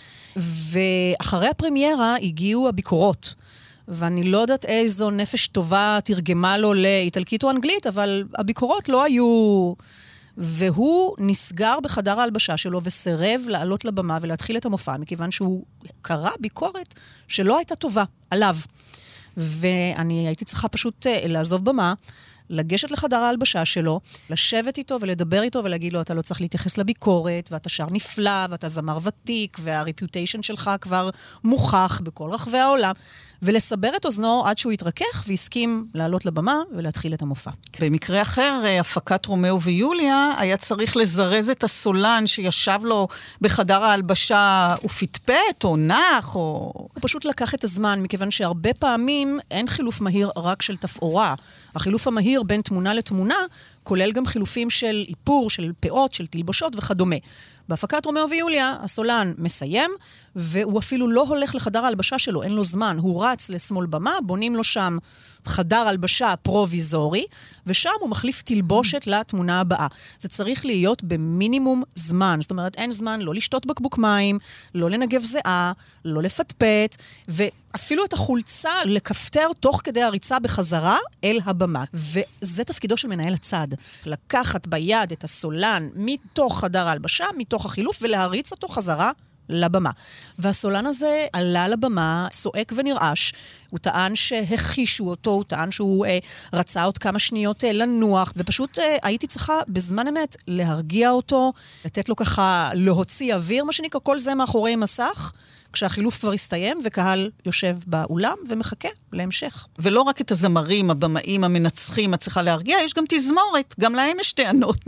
ואחרי הפרמיירה הגיעו הביקורות. ואני לא יודעת איזו נפש טובה תרגמה לו לאיטלקית או אנגלית, אבל הביקורות לא היו... והוא נסגר בחדר ההלבשה שלו וסירב לעלות לבמה ולהתחיל את המופע, מכיוון שהוא קרא ביקורת שלא הייתה טובה עליו. ואני הייתי צריכה פשוט לעזוב במה, לגשת לחדר ההלבשה שלו, לשבת איתו ולדבר איתו ולהגיד לו, אתה לא צריך להתייחס לביקורת, ואתה שר נפלא, ואתה זמר ותיק, והרפיוטיישן שלך כבר מוכח בכל רחבי העולם, ולסבר את אוזנו עד שהוא יתרכך והסכים לעלות לבמה ולהתחיל את המופע. במקרה אחר, הפקת רומאו ויוליה, היה צריך לזרז את הסולן שישב לו בחדר ההלבשה ופטפט או נח או... הוא פשוט לקח את הזמן, מכיוון שהרבה פעמים אין חילוף מהיר רק של תפאורה. החילוף המהיר בין תמונה לתמונה כולל גם חילופים של איפור, של פאות, של תלבושות וכדומה. בהפקת רומאו ויוליה, הסולן מסיים, והוא אפילו לא הולך לחדר ההלבשה שלו, אין לו זמן. הוא רץ לשמאל במה, בונים לו שם חדר הלבשה פרוביזורי, ושם הוא מחליף תלבושת לתמונה הבאה. זה צריך להיות במינימום זמן. זאת אומרת, אין זמן לא לשתות בקבוק מים, לא לנגב זיעה, לא לפטפט, ואפילו את החולצה לכפתר תוך כדי הריצה בחזרה אל הבמה. וזה תפקידו של מנהל הצד. לקחת ביד את הסולן מתוך חדר ההלבשה, מתוך החילוף, ולהריץ אותו חזרה לבמה. והסולן הזה עלה לבמה, צועק ונרעש. הוא טען שהחישו אותו, הוא טען שהוא רצה עוד כמה שניות לנוח, ופשוט הייתי צריכה בזמן אמת להרגיע אותו, לתת לו ככה להוציא אוויר, מה שנקרא, כל זה מאחורי מסך, כשהחילוף כבר הסתיים, וקהל יושב באולם ומחכה להמשך. ולא רק את הזמרים, הבמאים, המנצחים, את צריכה להרגיע, יש גם תזמורת, גם להם יש טענות.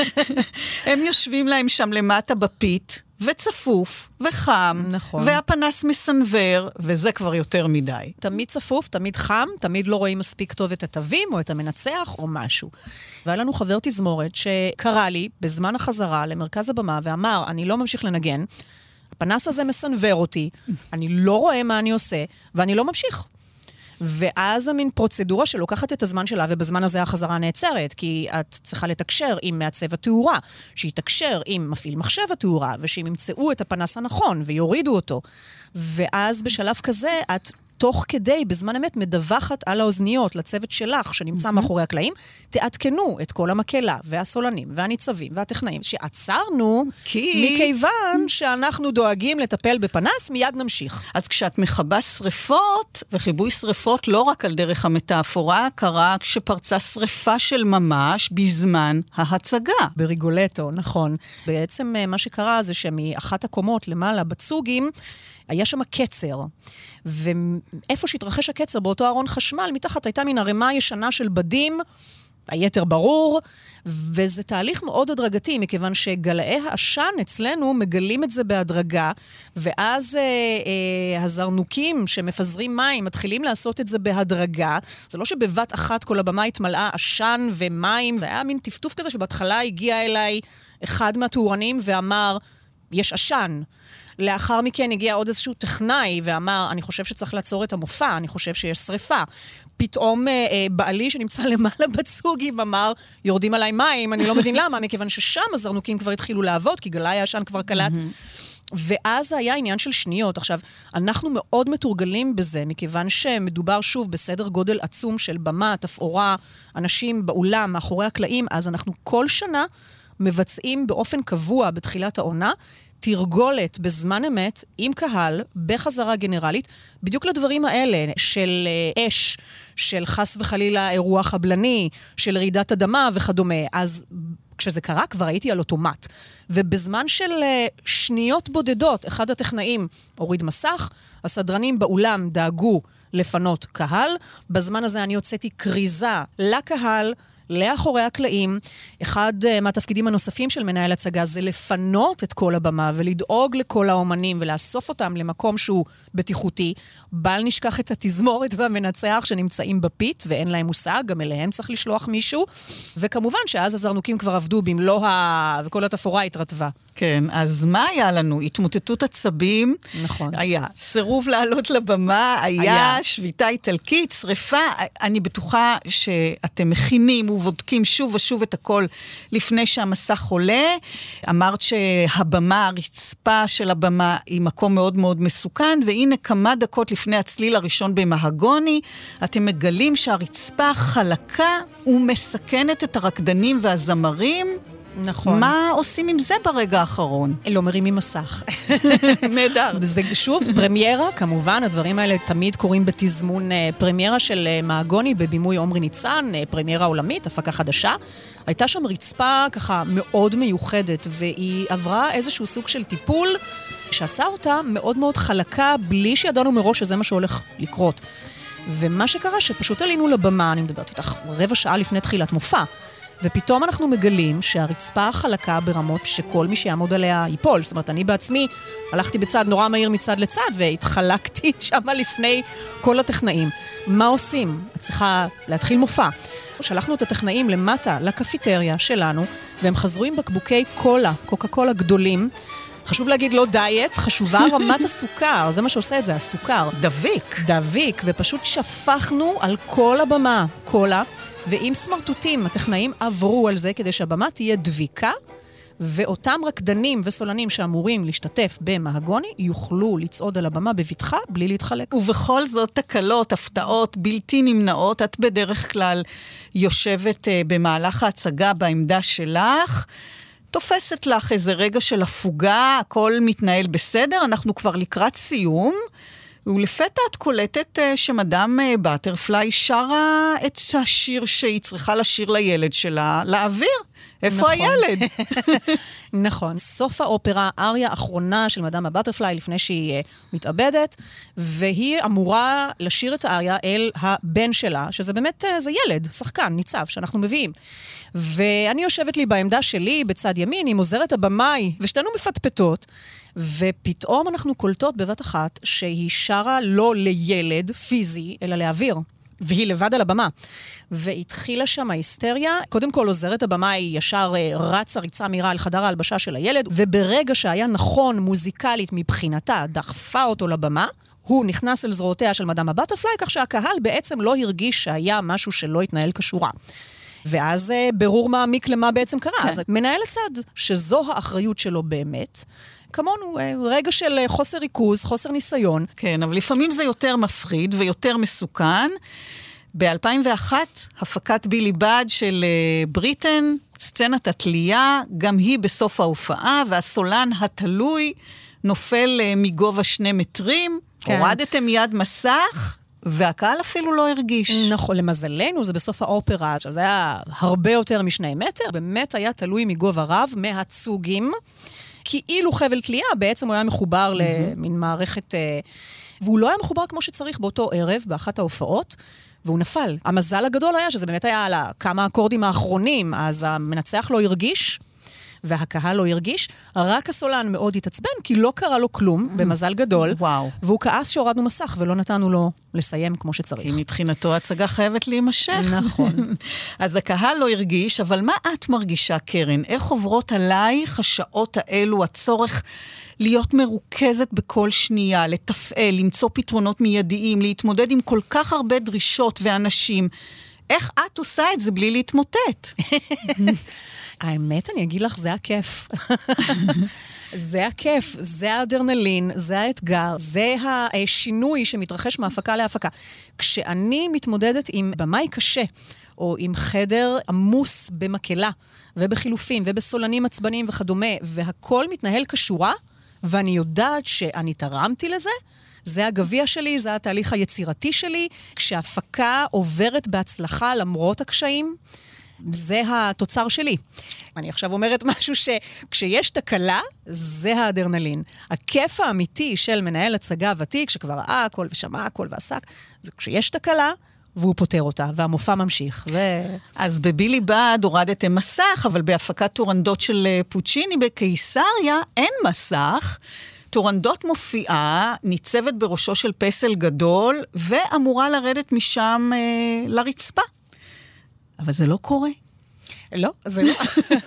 הם יושבים להם שם למטה בפית, וצפוף, וחם, נכון. והפנס מסנבר, וזה כבר יותר מדי. תמיד צפוף, תמיד חם, תמיד לא רואים מספיק טוב את התווים, או את המנצח, או משהו. והיה לנו חבר תזמורת שקרא לי בזמן החזרה למרכז הבמה, ואמר, אני לא ממשיך לנגן, הפנס הזה מסנבר אותי, אני לא רואה מה אני עושה, ואני לא ממשיך. ואז המין פרוצדורה שלוקחת את הזמן שלה, ובזמן הזה החזרה נעצרת, כי את צריכה לתקשר עם מעצב התאורה, שיתקשר עם מפעיל מחשב התאורה, ושהם ימצאו את הפנס הנכון, ויורידו אותו. ואז בשלב כזה, את תוך כדי, בזמן אמת, מדווחת על האוזניות לצוות שלך, שנמצא מאחורי הקלעים, תעדכנו את כל המקהלה, והסולנים, והניצבים, והטכנאים, שעצרנו, מכיוון שאנחנו דואגים לטפל בפנס, מיד נמשיך. אז כשאת מכבה שריפות, וחיבוי שריפות לא רק על דרך המטאפורה, קרה כשפרצה שריפה של ממש בזמן ההצגה. בריגולטו, נכון. בעצם מה שקרה זה שמאחת הקומות למעלה בצוגים, היה שם קצר, ואיפה שהתרחש הקצר באותו ארון חשמל, מתחת הייתה מן הרמה ישנה של בדים, היתר ברור, וזה תהליך מאוד הדרגתי, מכיוון שגלאי העשן אצלנו מגלים את זה בהדרגה, ואז הזרנוקים שמפזרים מים מתחילים לעשות את זה בהדרגה. זה לא שבבת אחת כל הבמה התמלאה עשן ומים, והיה מין טפטוף כזה שבהתחלה הגיע אליי אחד מהתאורנים ואמר, יש עשן. לאחר מכן הגיע עוד איזשהו טכנאי ואמר, אני חושב שצריך לעצור את המופע, אני חושב שיש שריפה. פתאום בעלי שנמצא למעלה בצוגים אמר, יורדים עליי מים, אני לא מבין למה, מכיוון ששם הזרנוקים כבר התחילו לעבוד, כי גלאי העשן כבר קלט. ואז זה היה עניין של שניות. עכשיו, אנחנו מאוד מתורגלים בזה, מכיוון שמדובר שוב בסדר גודל עצום של במה, תפאורה, אנשים באולם, מאחורי הקלעים, אז אנחנו כל שנה מבצעים באופן קבוע בתחילת העונה, תרגולת בזמן אמת עם קהל, בחזרה גנרלית, בדיוק לדברים האלה של אש, של חס וחלילה אירוע חבלני, של רעידת אדמה וכדומה. אז כשזה קרה כבר הייתי על אוטומט. ובזמן של שניות בודדות, אחד הטכנאים הוריד מסך, הסדרנים באולם דאגו לפנות קהל, בזמן הזה אני הוצאתי קריזה לקהל, לאחורי הקלעים. אחד מהתפקידים הנוספים של מנהל הצגה זה לפנות את כל הבמה ולדאוג לכל האומנים ולאסוף אותם למקום שהוא בטיחותי. בל נשכח את התזמורת והמנצח שנמצאים בפית ואין להם מושג, גם אליהם צריך לשלוח מישהו. וכמובן שאז הזרנוקים כבר עבדו במלוא וכל התפאורה התרטבה. כן, אז מה היה לנו? התמוטטות עצבים. נכון. היה. סירוב לעלות לבמה, היה שביתה איטלקית, שריפה. אני בטוחה שאתם מכינים ובודקים שוב ושוב את הכל לפני שהמסך עולה. אמרת שהבמה, הרצפה של הבמה היא מקום מאוד מאוד מסוכן, והנה כמה דקות לפני הצליל הראשון במהגוני, אתם מגלים שהרצפה חלקה ומסכנת את הרקדנים והזמרים. נכון. מה עושים עם זה ברגע האחרון? לא מרימים מסך. נהדר. זה שוב, פרמיירה, כמובן, הדברים האלה תמיד קורים בתזמון פרמיירה של מהגוני בבימוי עומרי ניצן, פרמיירה עולמית, הפקה חדשה. הייתה שם רצפה ככה מאוד מיוחדת, והיא עברה איזשהו סוג של טיפול שעשה אותה מאוד מאוד חלקה, בלי שידענו מראש שזה מה שהולך לקרות. ומה שקרה שפשוט עלינו לבמה, אני מדברת איתך רבע שעה לפני תחילת מופע, ופתאום אנחנו מגלים שהרצפה חלקה ברמות שכל מי שיעמוד עליה ייפול. זאת אומרת, אני בעצמי הלכתי בצד נורא מהיר מצד לצד, והתחלקתי שמה לפני כל הטכנאים. מה עושים? את צריכה להתחיל מופע. שלחנו את הטכנאים למטה לקפיטריה שלנו, והם חזרו עם בקבוקי קולה, קוקה קולה גדולים. חשוב להגיד לא דיאט, חשובה רמת הסוכר, זה מה שעושה את זה, הסוכר. דביק, ופשוט שפכנו על כל הבמה קולה, ועם סמרטוטים, הטכנאים עברו על זה כדי שהבמה תהיה דביקה, ואותם רקדנים וסולנים שאמורים להשתתף במהגוני, יוכלו לצעוד על הבמה בבטחה בלי להתחלק. ובכל זאת תקלות, הפתעות, בלתי נמנעות, את בדרך כלל יושבת במהלך ההצגה בעמדה שלך, תופסת לך איזה רגע של הפוגה, הכל מתנהל בסדר, אנחנו כבר לקראת סיום, ולפתע את קולטת שמדאם בטרפליי שרה את השיר שהיא צריכה לשיר לילד שלה, לאוויר. איפה הילד? נכון. סוף האופרה, אריה האחרונה של מדאם בטרפליי לפני שהיא מתאבדת, והיא אמורה לשיר את האריה אל הבן שלה, שזה באמת, זה ילד, שחקן, ניצב, שאנחנו מביאים. ואני יושבת לי בעמדה שלי, בצד ימין, עם עוזרת הבמאי, ושתינו מפטפטות, ופתאום אנחנו קולטות בבת אחת שהיא שרה לא לילד פיזי, אלא לאוויר. והיא לבד על הבמה. והתחילה שם ההיסטריה. קודם כל עוזרת הבמה היא ישר רצה ריצה מהירה על חדר ההלבשה של הילד, וברגע שהיה נכון מוזיקלית מבחינתה, דחפה אותו לבמה, הוא נכנס אל זרועותיה של מדאם בטרפליי, כך שהקהל בעצם לא הרגיש שהיה משהו שלא התנהל כשורה. ואז ברור מעמיק למה בעצם קרה. כן. אז מנהל הצד, שזו האחריות שלו באמת, כמונו, רגע של חוסר ריכוז, חוסר ניסיון. כן, אבל לפעמים זה יותר מפחיד ויותר מסוכן. ב-2001, הפקת בילי בד של בריטן, סצנת התלייה, גם היא בסוף ההופעה, והסולן התלוי נופל מגובה 2 מטרים, כן. הורדתם יד מסך, והקהל אפילו לא הרגיש. נכון, למזלנו זה בסוף האופרה, עכשיו זה היה הרבה יותר מ2 מטר, באמת היה תלוי מגובה רב מהצוגים, כאילו חבל תלייה, בעצם הוא היה מחובר למין מערכת, והוא לא היה מחובר כמו שצריך באותו ערב, באחת ההופעות, והוא נפל. המזל הגדול היה שזה באמת היה על כמה אקורדים האחרונים, אז המנצח לא הרגיש, והקהל לא הרגיש, רק הסולן מאוד התעצבן, כי לא קרה לו כלום, במזל גדול, וואו. והוא כעס שהורדנו מסך, ולא נתנו לו לסיים כמו שצריך. כי מבחינתו ההצגה חייבת להימשך. נכון. אז הקהל לא הרגיש, אבל מה את מרגישה, קרן? איך עוברות עלייך השעות האלו, הצורך להיות מרוכזת בכל שנייה, לתפעל, למצוא פתרונות מיידיים, להתמודד עם כל כך הרבה דרישות ואנשים? איך את עושה את זה בלי להתמוטט? האמת, אני אגיד לך, זה הכיף. זה הכיף, זה האדרנלין, זה האתגר, זה השינוי שמתרחש מהפקה להפקה. כשאני מתמודדת עם במאי קשה, או עם חדר עמוס במקלה, ובחילופים, ובסולנים עצבניים וכדומה, והכל מתנהל כשורה, ואני יודעת שאני תרמתי לזה, זה הגביע שלי, זה התהליך היצירתי שלי, כשהפקה עוברת בהצלחה למרות הקשיים, זה התוצר שלי. אני עכשיו אומרת משהו שכשיש תקלה, זה האדרנלין. הכיף האמיתי של מנהל הצגה ותיק, שכבר ראה הכל ושמע הכל ועסק, זה כשיש תקלה, והוא פותר אותה, והמופע ממשיך. זה... אז בבילי בד הורדתם מסך, אבל בהפקת טורנדות של פוצ'יני בקיסריה אין מסך. טורנדות מופיעה, ניצבת בראשו של פסל גדול, ואמורה לרדת משם לרצפה. אבל זה לא קורה. לא, זה לא.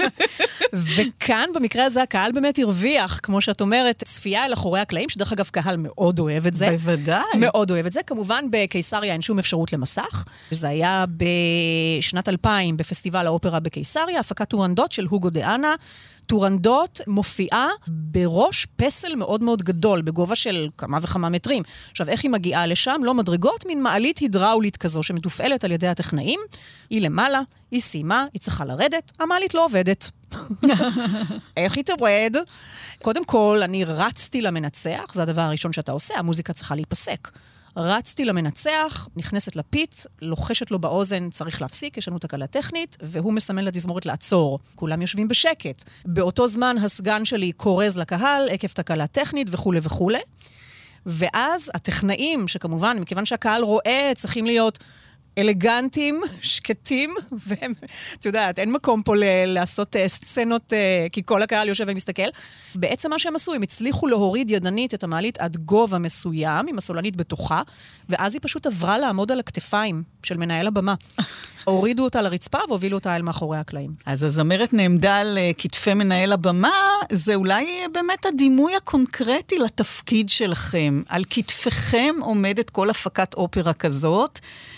וכאן, במקרה הזה, הקהל באמת הרוויח, כמו שאת אומרת, צפייה אל אחורי הקלעים, שדרך אגב, קהל מאוד אוהב את זה. בוודאי. מאוד אוהב את זה. כמובן, בקיסריה אין שום אפשרות למסך. זה היה בשנת 2000, בפסטיבל האופרה בקיסריה, הפקת טורנדות של הוגו דאנה. טורנדות מופיעה בראש פסל מאוד מאוד גדול, בגובה של כמה וכמה מטרים. עכשיו, איך היא מגיעה לשם? לא מדרגות, מין מעלית הידראולית כזו, שמתופעלת על ידי הטכנאים. היא למעלה, היא סיימה, היא צריכה לרדת, המעלית לא עובדת. איך היא תורד? קודם כל, אני רצתי למנצח, זה הדבר הראשון שאתה עושה, המוזיקה צריכה להיפסק. רצתי למנצח, נכנסת לפיט, לוחשת לו באוזן, צריך להפסיק, יש לנו תקלה טכנית, והוא מסמן לתזמורת לעצור. כולם יושבים בשקט. באותו זמן הסגן שלי קורז לקהל, עקב תקלה טכנית וכו' וכו'. ואז הטכנאים, שכמובן, מכיוון שהקהל רואה, צריכים להיות אלגנטים, שקטים, והם, את יודעת, אין מקום פה לעשות סצנות, כי כל הקהל יושב ומסתכל. בעצם מה שהם עשו, הם הצליחו להוריד ידנית את המעלית עד גובה מסוים, עם הסולנית בתוכה, ואז היא פשוט עברה לעמוד על הכתפיים של מנהל הבמה. הורידו אותה לרצפה והובילו אותה אל מאחורי הקלעים. אז הזמרת נעמדה על כתפי מנהל הבמה, זה אולי באמת הדימוי הקונקרטי לתפקיד שלכם. על כתפיכם עומדת כל הפקת אופרה כזאת,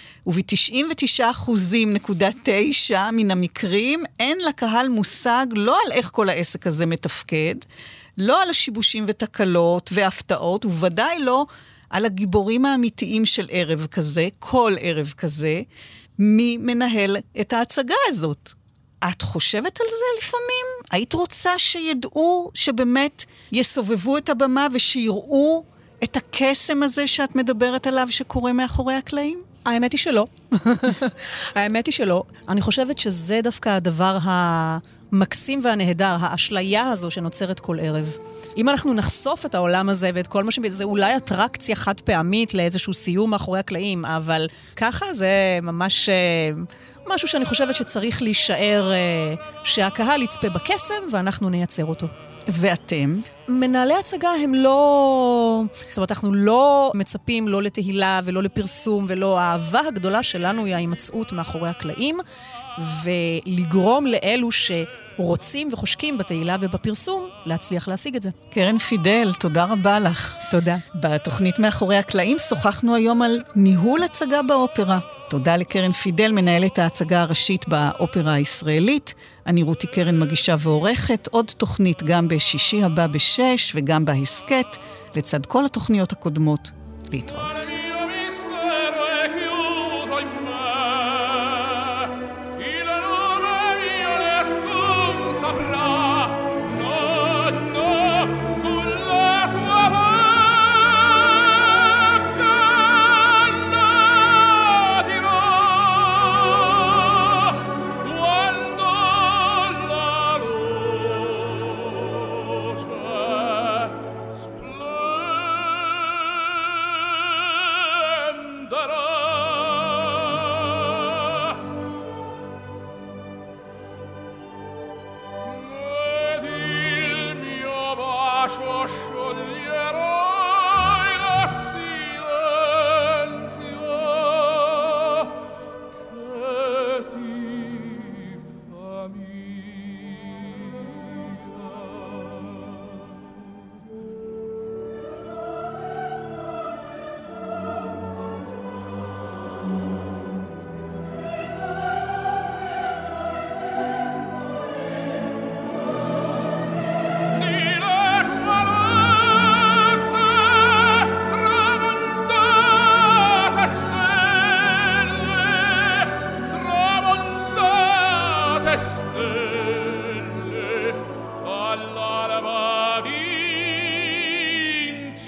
וב-99.9% מן המקרים אין לקהל מושג לא על איך כל העסק הזה מתפקד, לא על השיבושים ותקלות והפתעות, ובוודאי לא על הגיבורים האמיתיים של ערב כזה, כל ערב כזה, מי מנהל את ההצגה הזאת. את חושבת על זה לפעמים? היית רוצה שידעו שבאמת יסובבו את הבמה ושיראו את הקסם הזה שאת מדברת עליו שקורה מאחורי הקלעים? האמת היא שלא. האמת היא שלא. אני חושבת שזה דווקא הדבר המקסים והנהדר, האשליה הזו שנוצרת כל ערב. אם אנחנו נחשוף את העולם הזה ואת כל מה זה אולי אטרקציה חד פעמית לאיזשהו סיום מאחורי הקלעים, אבל ככה זה ממש משהו שאני חושבת שצריך להישאר שהקהל יצפה בקסם ואנחנו נייצר אותו. ואתם? מנהלי הצגה הם לא... זאת אומרת, אנחנו לא מצפים לא לתהילה ולא לפרסום ולא... האהבה הגדולה שלנו היא ההימצאות מאחורי הקלעים, ולגרום לאלו שרוצים וחושקים בתהילה ובפרסום להצליח להשיג את זה. קרן פידל, תודה רבה לך. תודה. בתוכנית מאחורי הקלעים שוחחנו היום על ניהול הצגה באופרה. תודה לקרן פידל, מנהלת ההצגה הראשית באופרה הישראלית. אני רותי קרן, מגישה ועורכת. עוד תוכנית גם בשישי הבא ב6 וגם בהסקט, לצד כל התוכניות הקודמות. להתראות.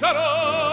sarò